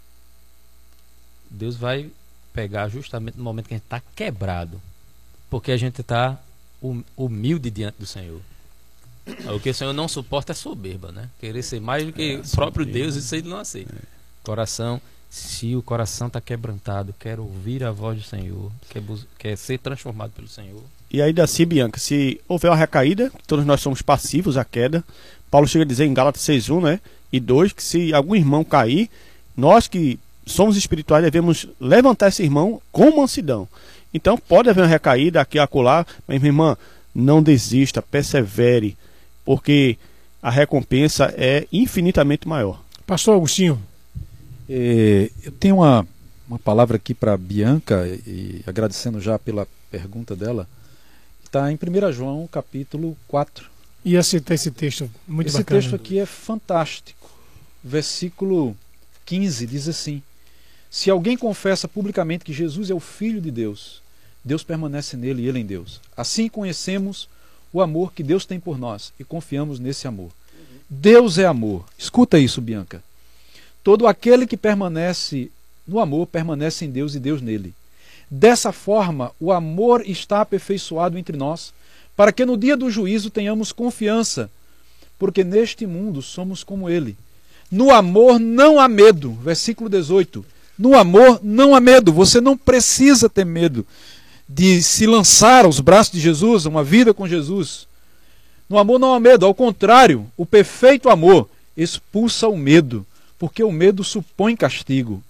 Speaker 2: Deus vai pegar justamente no momento que a gente está quebrado, porque a gente está humilde diante do Senhor. O que o Senhor não suporta é soberba, né? Querer ser mais do que o é, próprio Deus, isso ele não aceita. É. Coração, se o coração está quebrantado, quer ouvir a voz do Senhor, quer, quer ser transformado pelo Senhor.
Speaker 4: E ainda assim, Bianca, se houver uma recaída, todos nós somos passivos à queda. Paulo chega a dizer em Gálatas seis, um, né? E dois, que se algum irmão cair, nós que somos espirituais devemos levantar esse irmão com mansidão. Então pode haver uma recaída aqui e acolá, mas minha irmã, não desista, persevere, porque a recompensa é infinitamente maior.
Speaker 1: Pastor Agostinho.
Speaker 5: É, eu tenho uma, uma palavra aqui para Bianca, e agradecendo já pela pergunta dela. Está em primeiro João, capítulo quatro.
Speaker 1: Ia citar esse texto, muito
Speaker 5: esse
Speaker 1: bacana.
Speaker 5: Esse texto aqui é fantástico. Versículo quinze diz assim: se alguém confessa publicamente que Jesus é o Filho de Deus, Deus permanece nele e ele em Deus. Assim conhecemos o amor que Deus tem por nós e confiamos nesse amor. Deus é amor. Escuta isso, Bianca. Todo aquele que permanece no amor permanece em Deus e Deus nele. Dessa forma, o amor está aperfeiçoado entre nós, para que no dia do juízo tenhamos confiança, porque neste mundo somos como ele. No amor não há medo. Versículo dezoito. No amor não há medo. Você não precisa ter medo de se lançar aos braços de Jesus, uma vida com Jesus. No amor não há medo. Ao contrário, o perfeito amor expulsa o medo, porque o medo supõe castigo.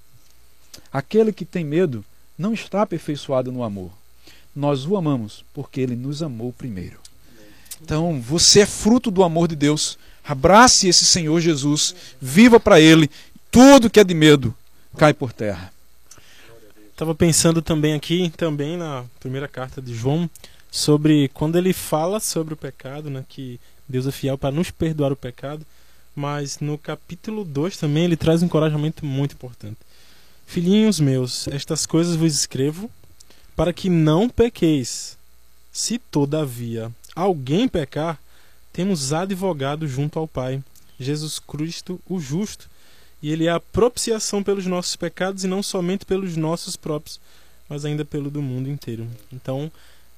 Speaker 5: Aquele que tem medo não está aperfeiçoado no amor. Nós o amamos porque ele nos amou primeiro. Então, você é fruto do amor de Deus. Abrace esse Senhor Jesus, viva para ele. Tudo que é de medo cai por terra.
Speaker 3: Estava pensando também aqui, também na primeira carta de João, sobre quando ele fala sobre o pecado, né, que Deus é fiel para nos perdoar o pecado, mas no capítulo dois também ele traz um encorajamento muito importante. Filhinhos meus, estas coisas vos escrevo para que não pequeis. Se todavia alguém pecar, temos advogado junto ao Pai, Jesus Cristo o justo, e ele é a propiciação pelos nossos pecados, e não somente pelos nossos próprios, mas ainda pelo do mundo inteiro. Então,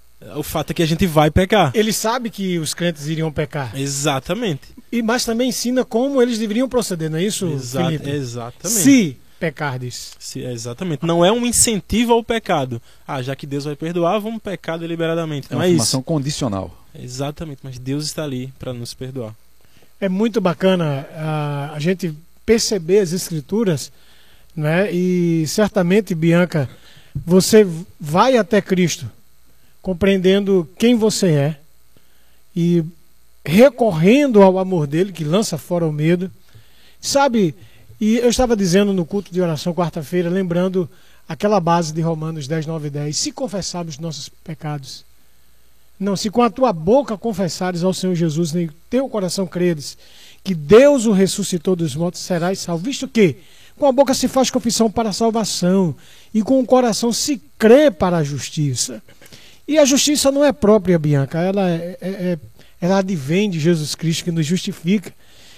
Speaker 3: o fato é que a gente vai pecar.
Speaker 1: Ele sabe que os crentes iriam pecar.
Speaker 3: Exatamente.
Speaker 1: E, mas também ensina como eles deveriam proceder, não é isso,
Speaker 3: Exa
Speaker 1: Felipe?
Speaker 3: Exatamente.
Speaker 1: Se pecardes.
Speaker 3: Se, exatamente. Não é um incentivo ao pecado. Ah, já que Deus vai perdoar, vamos pecar deliberadamente.
Speaker 5: É
Speaker 3: não
Speaker 5: uma
Speaker 3: é
Speaker 5: afirmação
Speaker 3: isso.
Speaker 5: condicional.
Speaker 3: Exatamente, mas Deus está ali para nos perdoar.
Speaker 1: É muito bacana uh, a gente perceber as Escrituras, né? E certamente, Bianca, você vai até Cristo compreendendo quem você é e recorrendo ao amor dele, que lança fora o medo. Sabe, e eu estava dizendo no culto de oração quarta-feira, lembrando aquela base de Romanos dez, nove e dez: se confessarmos nossos pecados, não, se com a tua boca confessares ao Senhor Jesus, nem teu coração creres que Deus o ressuscitou dos mortos, serás salvo. Visto que com a boca se faz confissão para a salvação e com o coração se crê para a justiça. E a justiça não é própria, Bianca, ela, é, é, ela advém de Jesus Cristo, que nos justifica.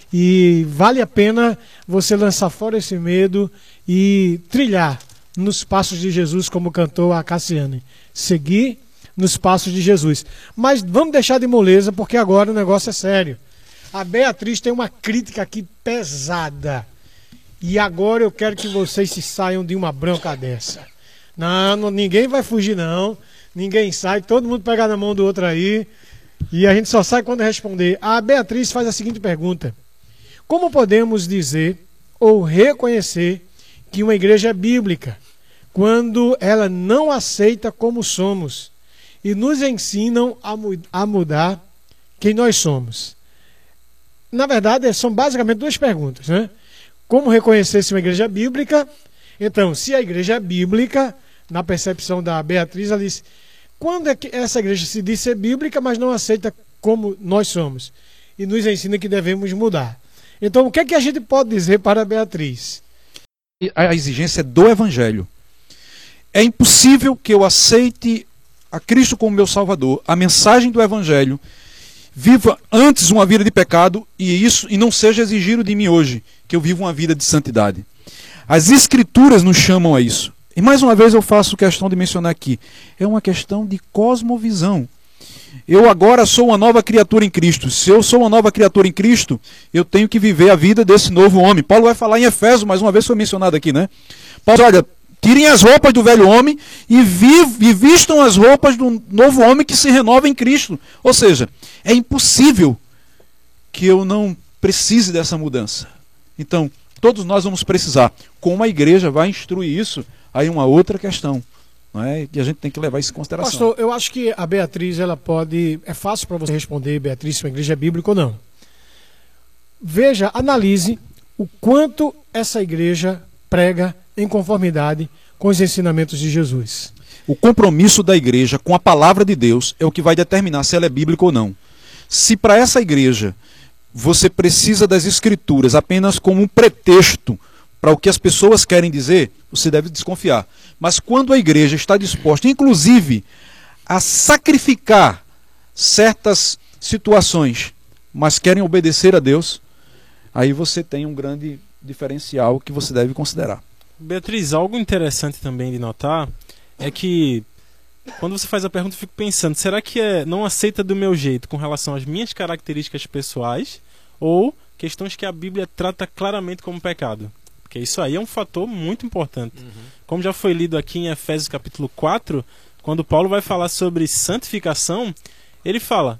Speaker 1: E vale a pena você lançar fora esse medo e trilhar nos passos de Jesus, como cantou a Cassiane. Seguir nos passos de Jesus. Mas vamos deixar de moleza, porque agora o negócio é sério. A Beatriz tem uma crítica aqui pesada. E agora eu quero que vocês se saiam de uma bronca dessa. Não, não, ninguém vai fugir não. Ninguém sai, todo mundo pega na mão do outro aí. E a gente só sai quando responder. A Beatriz faz a seguinte pergunta: Como podemos dizer ou reconhecer que uma igreja é bíblica quando ela não aceita como somos e nos ensinam a, mu a mudar quem nós somos? Na verdade, são basicamente duas perguntas, né? Como reconhecer se uma igreja é bíblica? Então, se a igreja é bíblica, na percepção da Beatriz, ela disse, quando é que essa igreja se diz ser bíblica, mas não aceita como nós somos e nos ensina que devemos mudar? Então, o que é que a gente pode dizer para a Beatriz?
Speaker 5: A exigência do Evangelho. É impossível que eu aceite a Cristo como meu Salvador, a mensagem do Evangelho, viva antes uma vida de pecado e isso e não seja exigido de mim hoje que eu viva uma vida de santidade. As Escrituras nos chamam a isso. E mais uma vez eu faço questão de mencionar aqui, é uma questão de cosmovisão. Eu agora sou uma nova criatura em Cristo. Se eu sou uma nova criatura em Cristo, eu tenho que viver a vida desse novo homem. Paulo vai falar em Efésios, mais uma vez foi mencionado aqui, né? Paulo diz, olha, tirem as roupas do velho homem e, vi, e vistam as roupas do novo homem que se renova em Cristo. Ou seja, é impossível que eu não precise dessa mudança. Então, todos nós vamos precisar. Como a igreja vai instruir isso, aí uma outra questão. Não é? E a gente tem que levar isso em consideração.
Speaker 1: Pastor, eu acho que a Beatriz, ela pode... É fácil para você responder, Beatriz, se uma igreja é bíblica ou não. Veja, analise o quanto essa igreja prega em conformidade com os ensinamentos de Jesus.
Speaker 5: O compromisso da igreja com a palavra de Deus é o que vai determinar se ela é bíblica ou não. Se para essa igreja você precisa das escrituras apenas como um pretexto para o que as pessoas querem dizer, você deve desconfiar. Mas quando a igreja está disposta, inclusive, a sacrificar certas situações, mas querem obedecer a Deus, aí você tem um grande diferencial que você deve considerar.
Speaker 3: Beatriz, algo interessante também de notar é que quando você faz a pergunta eu fico pensando, será que é não aceita do meu jeito com relação às minhas características pessoais ou questões que a Bíblia trata claramente como pecado? Porque isso aí é um fator muito importante. Uhum. Como já foi lido aqui em Efésios capítulo quatro, quando Paulo vai falar sobre santificação, ele fala,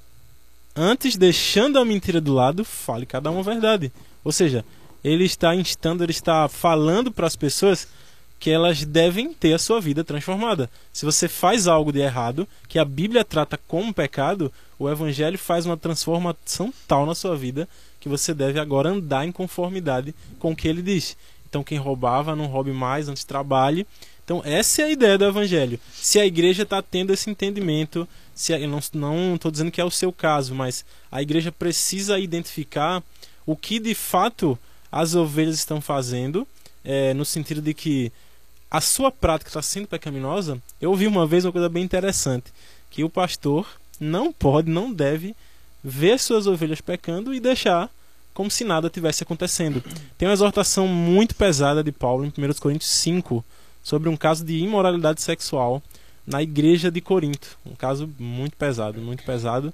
Speaker 3: antes deixando a mentira do lado, fale cada um a verdade. Ou seja, ele está instando, ele está falando para as pessoas que elas devem ter a sua vida transformada. Se você faz algo de errado, que a Bíblia trata como pecado, o Evangelho faz uma transformação tal na sua vida que você deve agora andar em conformidade com o que ele diz. Então quem roubava, não roube mais, antes trabalhe. Então essa é a ideia do Evangelho. Se a igreja está tendo esse entendimento, se a, eu não estou dizendo que é o seu caso, mas a igreja precisa identificar o que de fato as ovelhas estão fazendo, é, no sentido de que a sua prática está sendo pecaminosa. Eu ouvi uma vez uma coisa bem interessante, que o pastor não pode, não deve ver suas ovelhas pecando e deixar como se nada tivesse acontecendo. Tem uma exortação muito pesada de Paulo em primeira Coríntios cinco sobre um caso de imoralidade sexual na igreja de Corinto. Um caso muito pesado, muito pesado.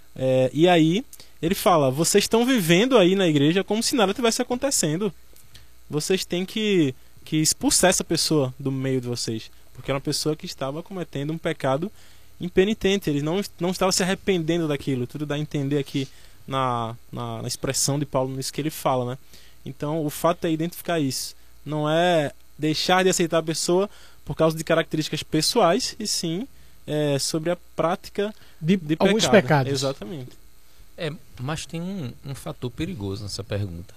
Speaker 3: É, e aí ele fala, vocês estão vivendo aí na igreja como se nada tivesse acontecendo. Vocês têm que, que expulsar essa pessoa do meio de vocês, porque era uma pessoa que estava cometendo um pecado impenitente. Ele não, não estava se arrependendo daquilo. Tudo dá a entender aqui Na, na, na expressão de Paulo, nisso que ele fala, né? Então o fato é identificar isso. Não é deixar de aceitar a pessoa por causa de características pessoais, e sim é, sobre a prática de, de
Speaker 1: alguns
Speaker 3: pecado.
Speaker 1: pecados.
Speaker 3: Exatamente.
Speaker 2: É, mas tem um, um fator perigoso nessa pergunta.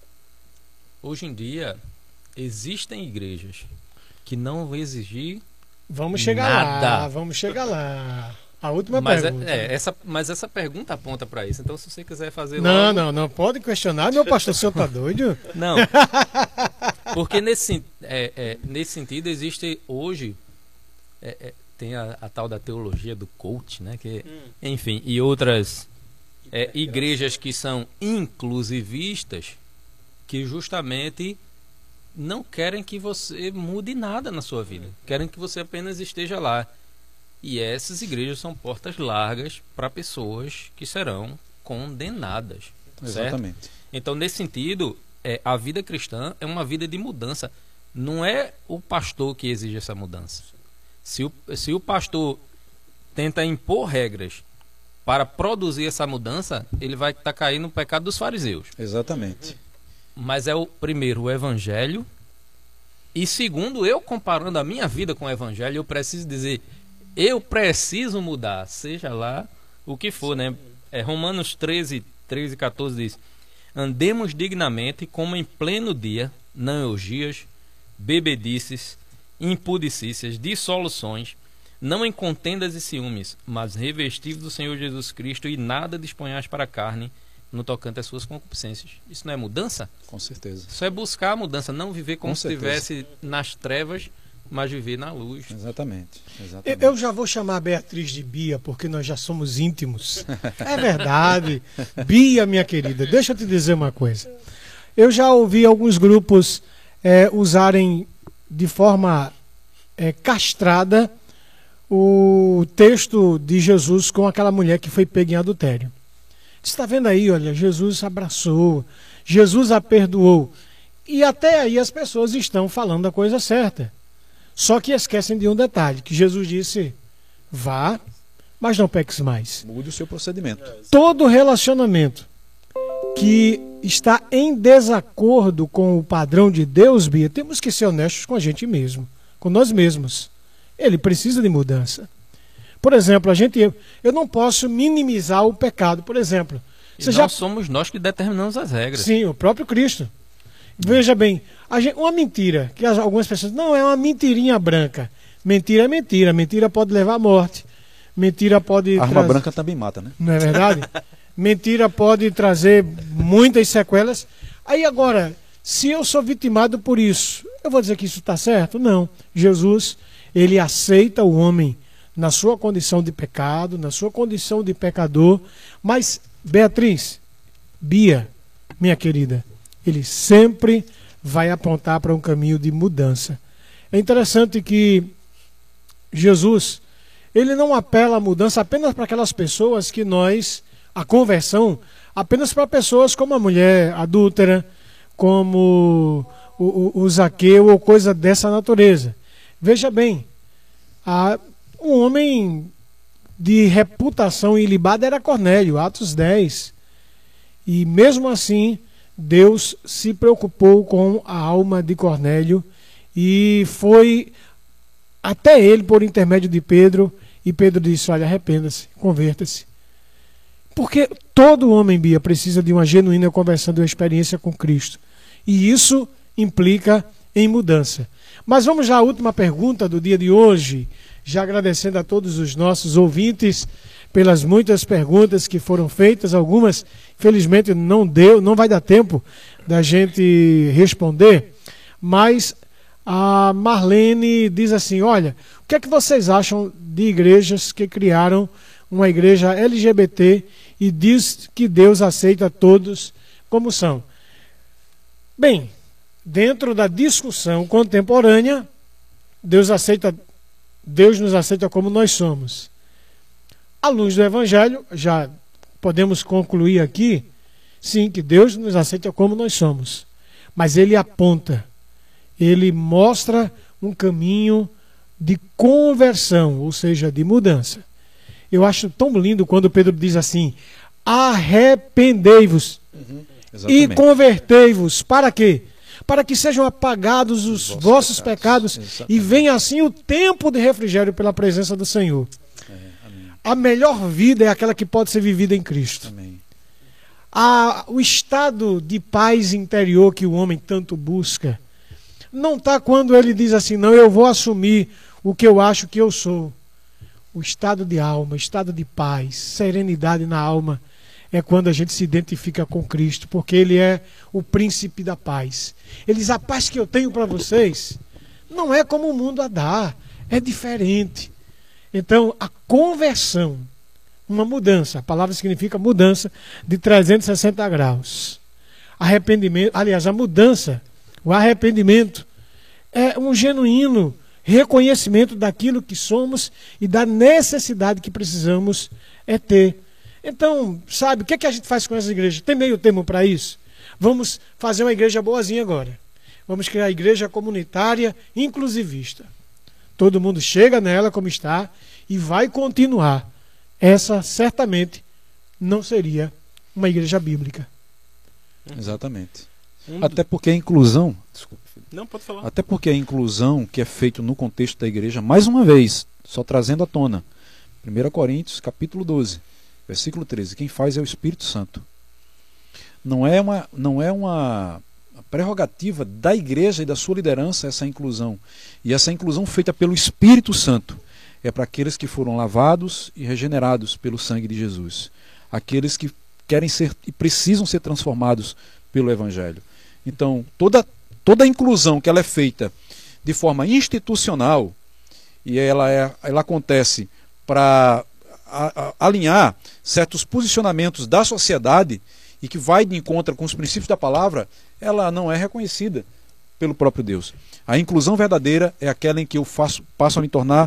Speaker 2: Hoje em dia existem igrejas que não vão exigir
Speaker 1: Vamos chegar
Speaker 2: nada.
Speaker 1: lá, vamos chegar lá. A última
Speaker 2: mas
Speaker 1: pergunta.
Speaker 2: É, é, essa, mas essa pergunta aponta para isso. Então, se você quiser fazer
Speaker 1: Não,
Speaker 2: logo...
Speaker 1: não, não pode questionar. Meu pastor, o senhor tá doido?
Speaker 2: Não. Porque nesse, é, é, nesse sentido existe hoje... É, é, tem a, a tal da teologia do coach, né? Que, hum. Enfim, e outras é, igrejas que são inclusivistas, que justamente não querem que você mude nada na sua vida. Querem que você apenas esteja lá. E essas igrejas são portas largas para pessoas que serão condenadas.
Speaker 5: Exatamente.
Speaker 2: Certo? Então, nesse sentido, é, a vida cristã é uma vida de mudança. Não é o pastor que exige essa mudança. Se o, se o pastor tenta impor regras para produzir essa mudança, ele vai estar caindo no pecado dos fariseus.
Speaker 5: Exatamente.
Speaker 2: Mas é o primeiro, o evangelho. E segundo, eu comparando a minha vida com o evangelho, eu preciso dizer, eu preciso mudar, seja lá o que for, né? É, Romanos treze, treze e quatorze diz: andemos dignamente, como em pleno dia, não orgias, bebedices, impudicícias, dissoluções, não em contendas e ciúmes, mas revestivos do Senhor Jesus Cristo, e nada disponhais para a carne no tocante às suas concupiscências. Isso não é mudança?
Speaker 5: Com certeza.
Speaker 2: Isso é buscar a mudança, não viver como
Speaker 5: Com
Speaker 2: se
Speaker 5: certeza.
Speaker 2: estivesse nas trevas, mas viver na luz.
Speaker 5: Exatamente.
Speaker 1: Eu,
Speaker 5: Exatamente.
Speaker 1: eu já vou chamar a Beatriz de Bia, porque nós já somos íntimos. É verdade. Bia, minha querida, deixa eu te dizer uma coisa. Eu já ouvi alguns grupos é, usarem de forma é, castrada o texto de Jesus com aquela mulher que foi pega em adultério. Você está vendo aí, olha, Jesus abraçou, Jesus a perdoou. E até aí as pessoas estão falando a coisa certa. Só que esquecem de um detalhe, que Jesus disse, vá, mas não peques mais.
Speaker 5: Mude o seu procedimento.
Speaker 1: Todo relacionamento que está em desacordo com o padrão de Deus, Bia, temos que ser honestos com a gente mesmo, com nós mesmos. Ele precisa de mudança. Por exemplo, a gente, eu, eu não posso minimizar o pecado. Por exemplo,
Speaker 2: E
Speaker 1: você
Speaker 2: não
Speaker 1: já
Speaker 2: somos nós que determinamos as regras.
Speaker 1: Sim, o próprio Cristo. Veja bem, a gente, uma mentira, que as- algumas pessoas, não, é uma mentirinha branca. Mentira é mentira, mentira pode levar à morte. Mentira pode
Speaker 5: Arma
Speaker 1: trazer-
Speaker 5: branca também mata, né?
Speaker 1: Não é verdade? Mentira pode trazer muitas sequelas. Aí agora, se eu sou vitimado por isso, eu vou dizer que isso está certo? Não. Jesus, ele aceita o homem na sua condição de pecado, na sua condição de pecador. Mas, Beatriz, Bia, minha querida, ele sempre vai apontar para um caminho de mudança. É interessante que Jesus, ele não apela à mudança apenas para aquelas pessoas que nós, a conversão, apenas para pessoas como a mulher adúltera, como o, o, o Zaqueu ou coisa dessa natureza. Veja bem, a, um homem de reputação ilibada era Cornélio, Atos dez. E mesmo assim, Deus se preocupou com a alma de Cornélio e foi até ele por intermédio de Pedro, e Pedro disse, olha, arrependa-se, converta-se. Porque todo homem, Bia, precisa de uma genuína conversão, de uma experiência com Cristo. E isso implica em mudança. Mas vamos já à última pergunta do dia de hoje, já agradecendo a todos os nossos ouvintes pelas muitas perguntas que foram feitas, algumas, infelizmente, não deu, não vai dar tempo da gente responder, mas a Marlene diz assim, olha, o que é que vocês acham de igrejas que criaram uma igreja L G B T e diz que Deus aceita todos como são? Bem, dentro da discussão contemporânea, Deus aceita, Deus nos aceita como nós somos. À luz do Evangelho, já podemos concluir aqui, sim, que Deus nos aceita como nós somos. Mas Ele aponta, Ele mostra um caminho de conversão, ou seja, de mudança. Eu acho tão lindo quando Pedro diz assim, arrependei-vos
Speaker 5: Uhum.
Speaker 1: e convertei-vos. Para quê? Para que sejam apagados os vossos, vossos pecados, pecados e venha assim o tempo de refrigério pela presença do Senhor.
Speaker 5: É, amém.
Speaker 1: A melhor vida é aquela que pode ser vivida em Cristo.
Speaker 5: Amém.
Speaker 1: A, o estado de paz interior que o homem tanto busca não está quando ele diz assim, não, eu vou assumir o que eu acho que eu sou. O estado de alma, estado de paz, serenidade na alma, é quando a gente se identifica com Cristo, porque Ele é o príncipe da paz. Ele diz, a paz que eu tenho para vocês não é como o mundo a dá, é diferente. Então, a conversão, uma mudança, a palavra significa mudança de trezentos e sessenta graus. Arrependimento, aliás, a mudança, o arrependimento, é um genuíno reconhecimento daquilo que somos e da necessidade que precisamos é ter. Então, sabe, o que é que a gente faz com essa igreja? Tem meio termo para isso? Vamos fazer uma igreja boazinha agora. Vamos criar a igreja comunitária inclusivista. Todo mundo chega nela como está e vai continuar. essa certamente não seria uma igreja bíblica.
Speaker 5: Exatamente.
Speaker 3: Um
Speaker 5: Até porque a inclusão, desculpa, filho.
Speaker 3: Não, pode falar.
Speaker 5: Até porque a inclusão que é feita no contexto da igreja, mais uma vez, só trazendo à tona, primeira Coríntios, capítulo doze, versículo treze, quem faz é o Espírito Santo. Não é uma, não é uma prerrogativa da igreja e da sua liderança essa inclusão. E essa inclusão feita pelo Espírito Santo é para aqueles que foram lavados e regenerados pelo sangue de Jesus. Aqueles que querem ser e precisam ser transformados pelo Evangelho. Então, toda, toda a inclusão que ela é feita de forma institucional, e ela, é, ela acontece para alinhar certos posicionamentos da sociedade e que vai de encontro com os princípios da palavra, ela não é reconhecida pelo próprio Deus. A inclusão verdadeira é aquela em que eu faço, passo a me tornar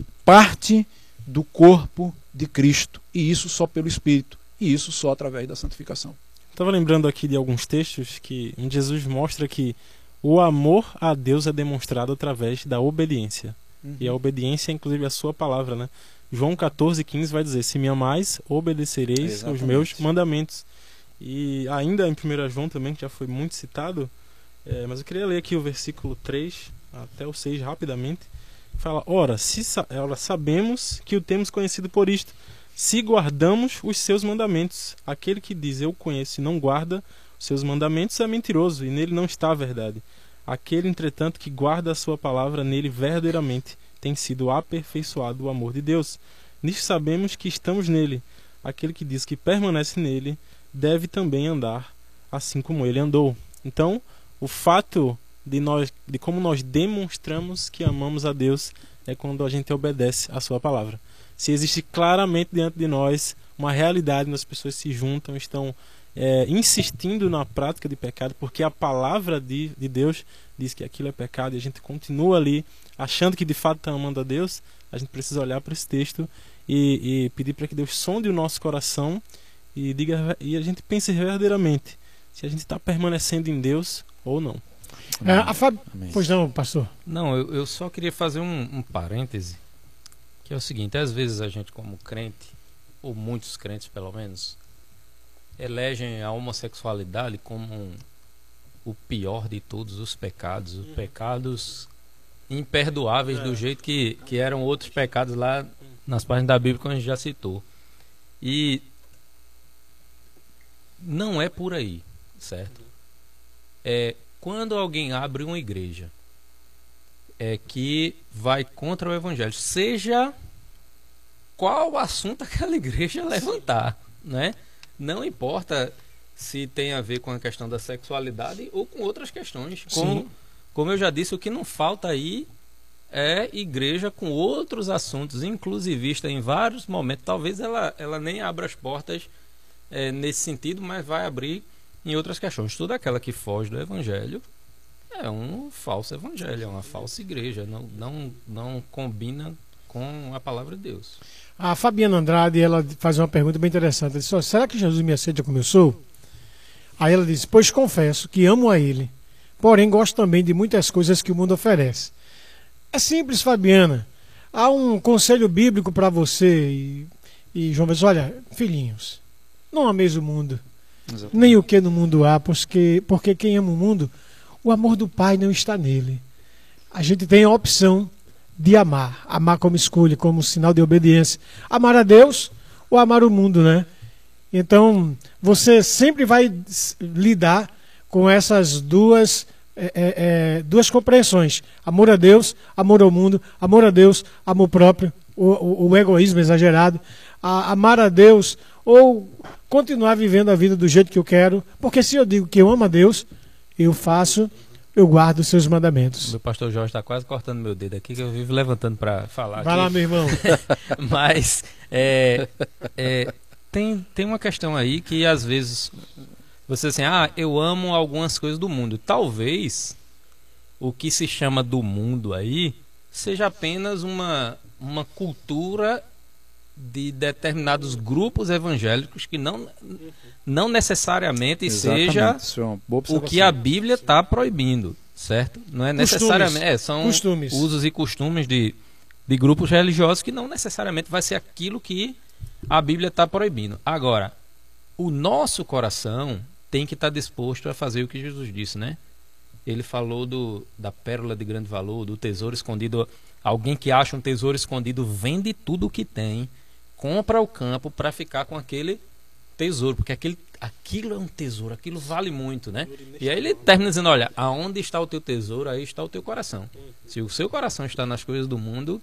Speaker 5: parte do corpo de Cristo, e isso só pelo Espírito, e isso só através da santificação.
Speaker 3: Estava lembrando aqui de alguns textos que em Jesus mostra que o amor a Deus é demonstrado através da obediência. Uhum. E a obediência é inclusive a sua palavra, né? João catorze, quinze vai dizer: se me amais, obedecereis
Speaker 5: Exatamente.
Speaker 3: os meus mandamentos. E ainda em primeiro João também, que já foi muito citado, é, mas eu queria ler aqui o versículo três até o seis rapidamente. Fala: ora, se sa ora, sabemos que o temos conhecido por isto, se guardamos os seus mandamentos. Aquele que diz eu conheço e não guarda os seus mandamentos é mentiroso, e nele não está a verdade. Aquele, entretanto, que guarda a sua palavra, nele verdadeiramente tem sido aperfeiçoado o amor de Deus. Nisto sabemos que estamos nele. Aquele que diz que permanece nele deve também andar assim como ele andou. Então, o fato de, nós, de como nós demonstramos que amamos a Deus é quando a gente obedece a sua palavra. Se existe claramente diante de nós uma realidade onde as pessoas se juntam, estão é, insistindo na prática de pecado, porque a palavra de, de Deus diz que aquilo é pecado, e a gente continua ali achando que de fato está amando a Deus, a gente precisa olhar para esse texto e, e pedir para que Deus sonde o nosso coração e, diga, e a gente pense verdadeiramente se a gente está permanecendo em Deus ou não.
Speaker 1: É, a Fab... Pois não, pastor?
Speaker 2: Não, eu, eu só queria fazer um, um parêntese, que é o seguinte: às vezes a gente, como crente, ou muitos crentes pelo menos, elegem a homossexualidade como um, o pior de todos os pecados, os pecados imperdoáveis, do jeito que, que eram outros pecados lá nas páginas da Bíblia que a gente já citou. E não é por aí, certo? É, quando alguém abre uma igreja é, que vai contra o Evangelho, seja qual assunto aquela igreja levantar, né? Não importa se tem a ver com a questão da sexualidade ou com outras questões. Como, como eu já disse, o que não falta aí é igreja com outros assuntos, inclusivista em vários momentos. Talvez ela, ela nem abra as portas é, nesse sentido, mas vai abrir em outras questões. Toda aquela que foge do Evangelho é um falso evangelho, é uma falsa igreja, não, não, não combina com a palavra de Deus.
Speaker 1: A Fabiana Andrade, ela faz uma pergunta bem interessante. Ela disse: será que Jesus me aceita como eu sou? Aí ela diz: pois confesso que amo a ele, porém gosto também de muitas coisas que o mundo oferece. É simples, Fabiana. Há um conselho bíblico para você e, e João diz: olha, filhinhos, não ameis o mundo, exatamente, nem o que no mundo há, porque, porque quem ama o mundo, o amor do Pai não está nele. A gente tem a opção de amar, amar como escolha, como sinal de obediência, amar a Deus ou amar o mundo, né? Então você sempre vai lidar com essas duas é, é, duas compreensões: amor a Deus, amor ao mundo, amor a Deus, amor próprio, o, o, o egoísmo exagerado, a, amar a Deus ou continuar vivendo a vida do jeito que eu quero, porque se eu digo que eu amo a Deus, eu faço, eu guardo os seus mandamentos.
Speaker 2: Meu pastor Jorge está quase cortando meu dedo aqui, que eu vivo levantando para falar.
Speaker 1: Vai
Speaker 2: aqui.
Speaker 1: lá, meu irmão.
Speaker 2: Mas é, é, tem, tem uma questão aí que às vezes você assim, ah, eu amo algumas coisas do mundo. Talvez o que se chama do mundo aí seja apenas uma, uma cultura de determinados grupos evangélicos que não, não necessariamente
Speaker 5: Exatamente,
Speaker 2: seja
Speaker 5: isso é uma boa
Speaker 2: o
Speaker 5: observação.
Speaker 2: que a Bíblia está proibindo, certo? Não é necessariamente, é, são
Speaker 1: costumes.
Speaker 2: usos e costumes de, de grupos religiosos que não necessariamente vai ser aquilo que a Bíblia está proibindo. Agora, o nosso coração tem que estar disposto a fazer o que Jesus disse, né? Ele falou do, da pérola de grande valor, do tesouro escondido. Alguém que acha um tesouro escondido vende tudo o que tem, compra o campo para ficar com aquele tesouro, porque aquele, aquilo é um tesouro, aquilo vale muito, né? E aí ele termina dizendo, olha, aonde está o teu tesouro, aí está o teu coração. Se o seu coração está nas coisas do mundo,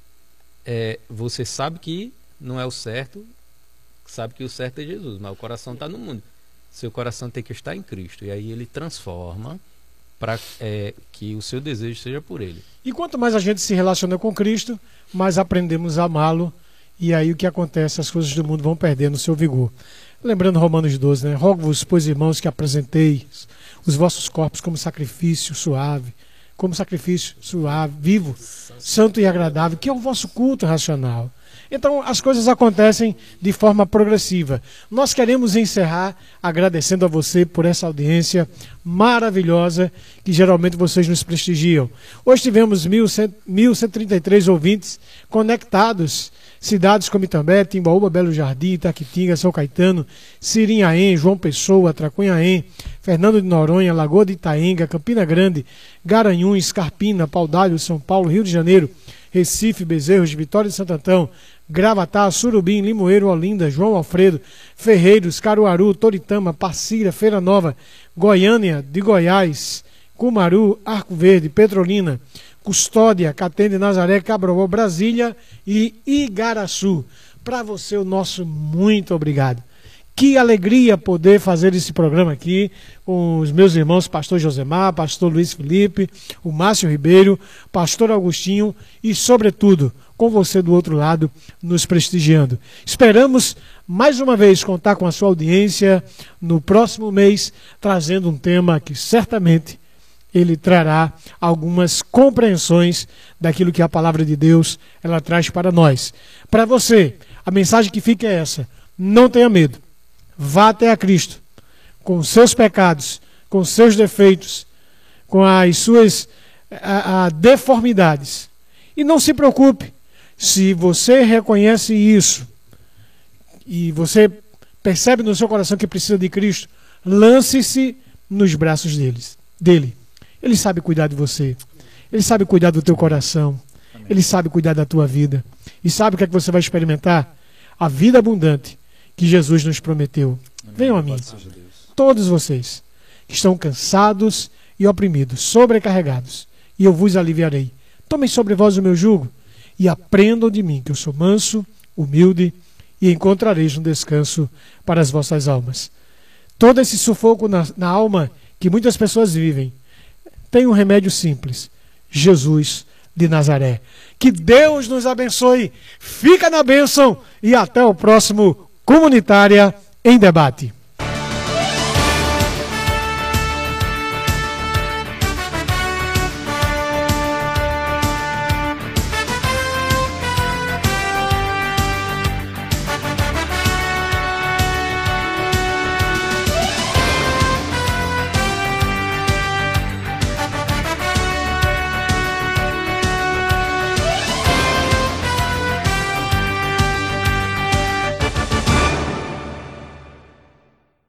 Speaker 2: é, você sabe que não é o certo, sabe que o certo é Jesus, mas o coração está no mundo. Seu coração tem que estar em Cristo, e aí ele transforma para é, que o seu desejo seja por ele.
Speaker 1: E quanto mais a gente se relaciona com Cristo, mais aprendemos a amá-lo, e aí o que acontece? As coisas do mundo vão perdendo o seu vigor. Lembrando Romanos doze, né? Rogo-vos, pois, irmãos, que apresenteis os vossos corpos como sacrifício suave, como sacrifício suave, vivo, santo e agradável, que é o vosso culto racional. Então as coisas acontecem de forma progressiva. Nós queremos encerrar agradecendo a você por essa audiência maravilhosa que geralmente vocês nos prestigiam. Hoje tivemos mil cento e trinta e três ouvintes conectados. Cidades como Itambé, Timbaúba, Belo Jardim, Itaquitinga, São Caetano, Sirinhaém, João Pessoa, Tracunhaém, Fernando de Noronha, Lagoa de Itaenga, Campina Grande, Garanhuns, Carpina, Paudalho, São Paulo, Rio de Janeiro, Recife, Bezerros, Vitória de Santo Antão, Gravatá, Surubim, Limoeiro, Olinda, João Alfredo, Ferreiros, Caruaru, Toritama, Passira, Feira Nova, Goiânia, de Goiás, Cumaru, Arco Verde, Petrolina, Custódia, Catende, Nazaré, Cabroó, Brasília e Igaraçu. Para você, o nosso muito obrigado. Que alegria poder fazer esse programa aqui com os meus irmãos, pastor Josemar, pastor Luiz Felipe, o Márcio Ribeiro, pastor Augustinho e, sobretudo, com você do outro lado, nos prestigiando. Esperamos, mais uma vez, contar com a sua audiência no próximo mês, trazendo um tema que certamente ele trará algumas compreensões daquilo que a palavra de Deus ela traz para nós. Para você, a mensagem que fica é essa: não tenha medo. Vá até a Cristo, com seus pecados, com seus defeitos, com as suas a, a, deformidades. E não se preocupe, se você reconhece isso, e você percebe no seu coração que precisa de Cristo, lance-se nos braços deles, dele. Ele sabe cuidar de você, ele sabe cuidar do teu coração, Amém. Ele sabe cuidar da tua vida. E sabe o que é que você vai experimentar? A vida abundante que Jesus nos prometeu. Amém. Venham a mim, todos vocês que estão cansados e oprimidos, sobrecarregados, e eu vos aliviarei. Tomem sobre vós o meu jugo e aprendam de mim, que eu sou manso, humilde, e encontrareis um descanso para as vossas almas. Todo esse sufoco na, na alma que muitas pessoas vivem tem um remédio simples: Jesus de Nazaré. Que Deus nos abençoe. Fica na bênção e até o próximo Comunitária em Debate.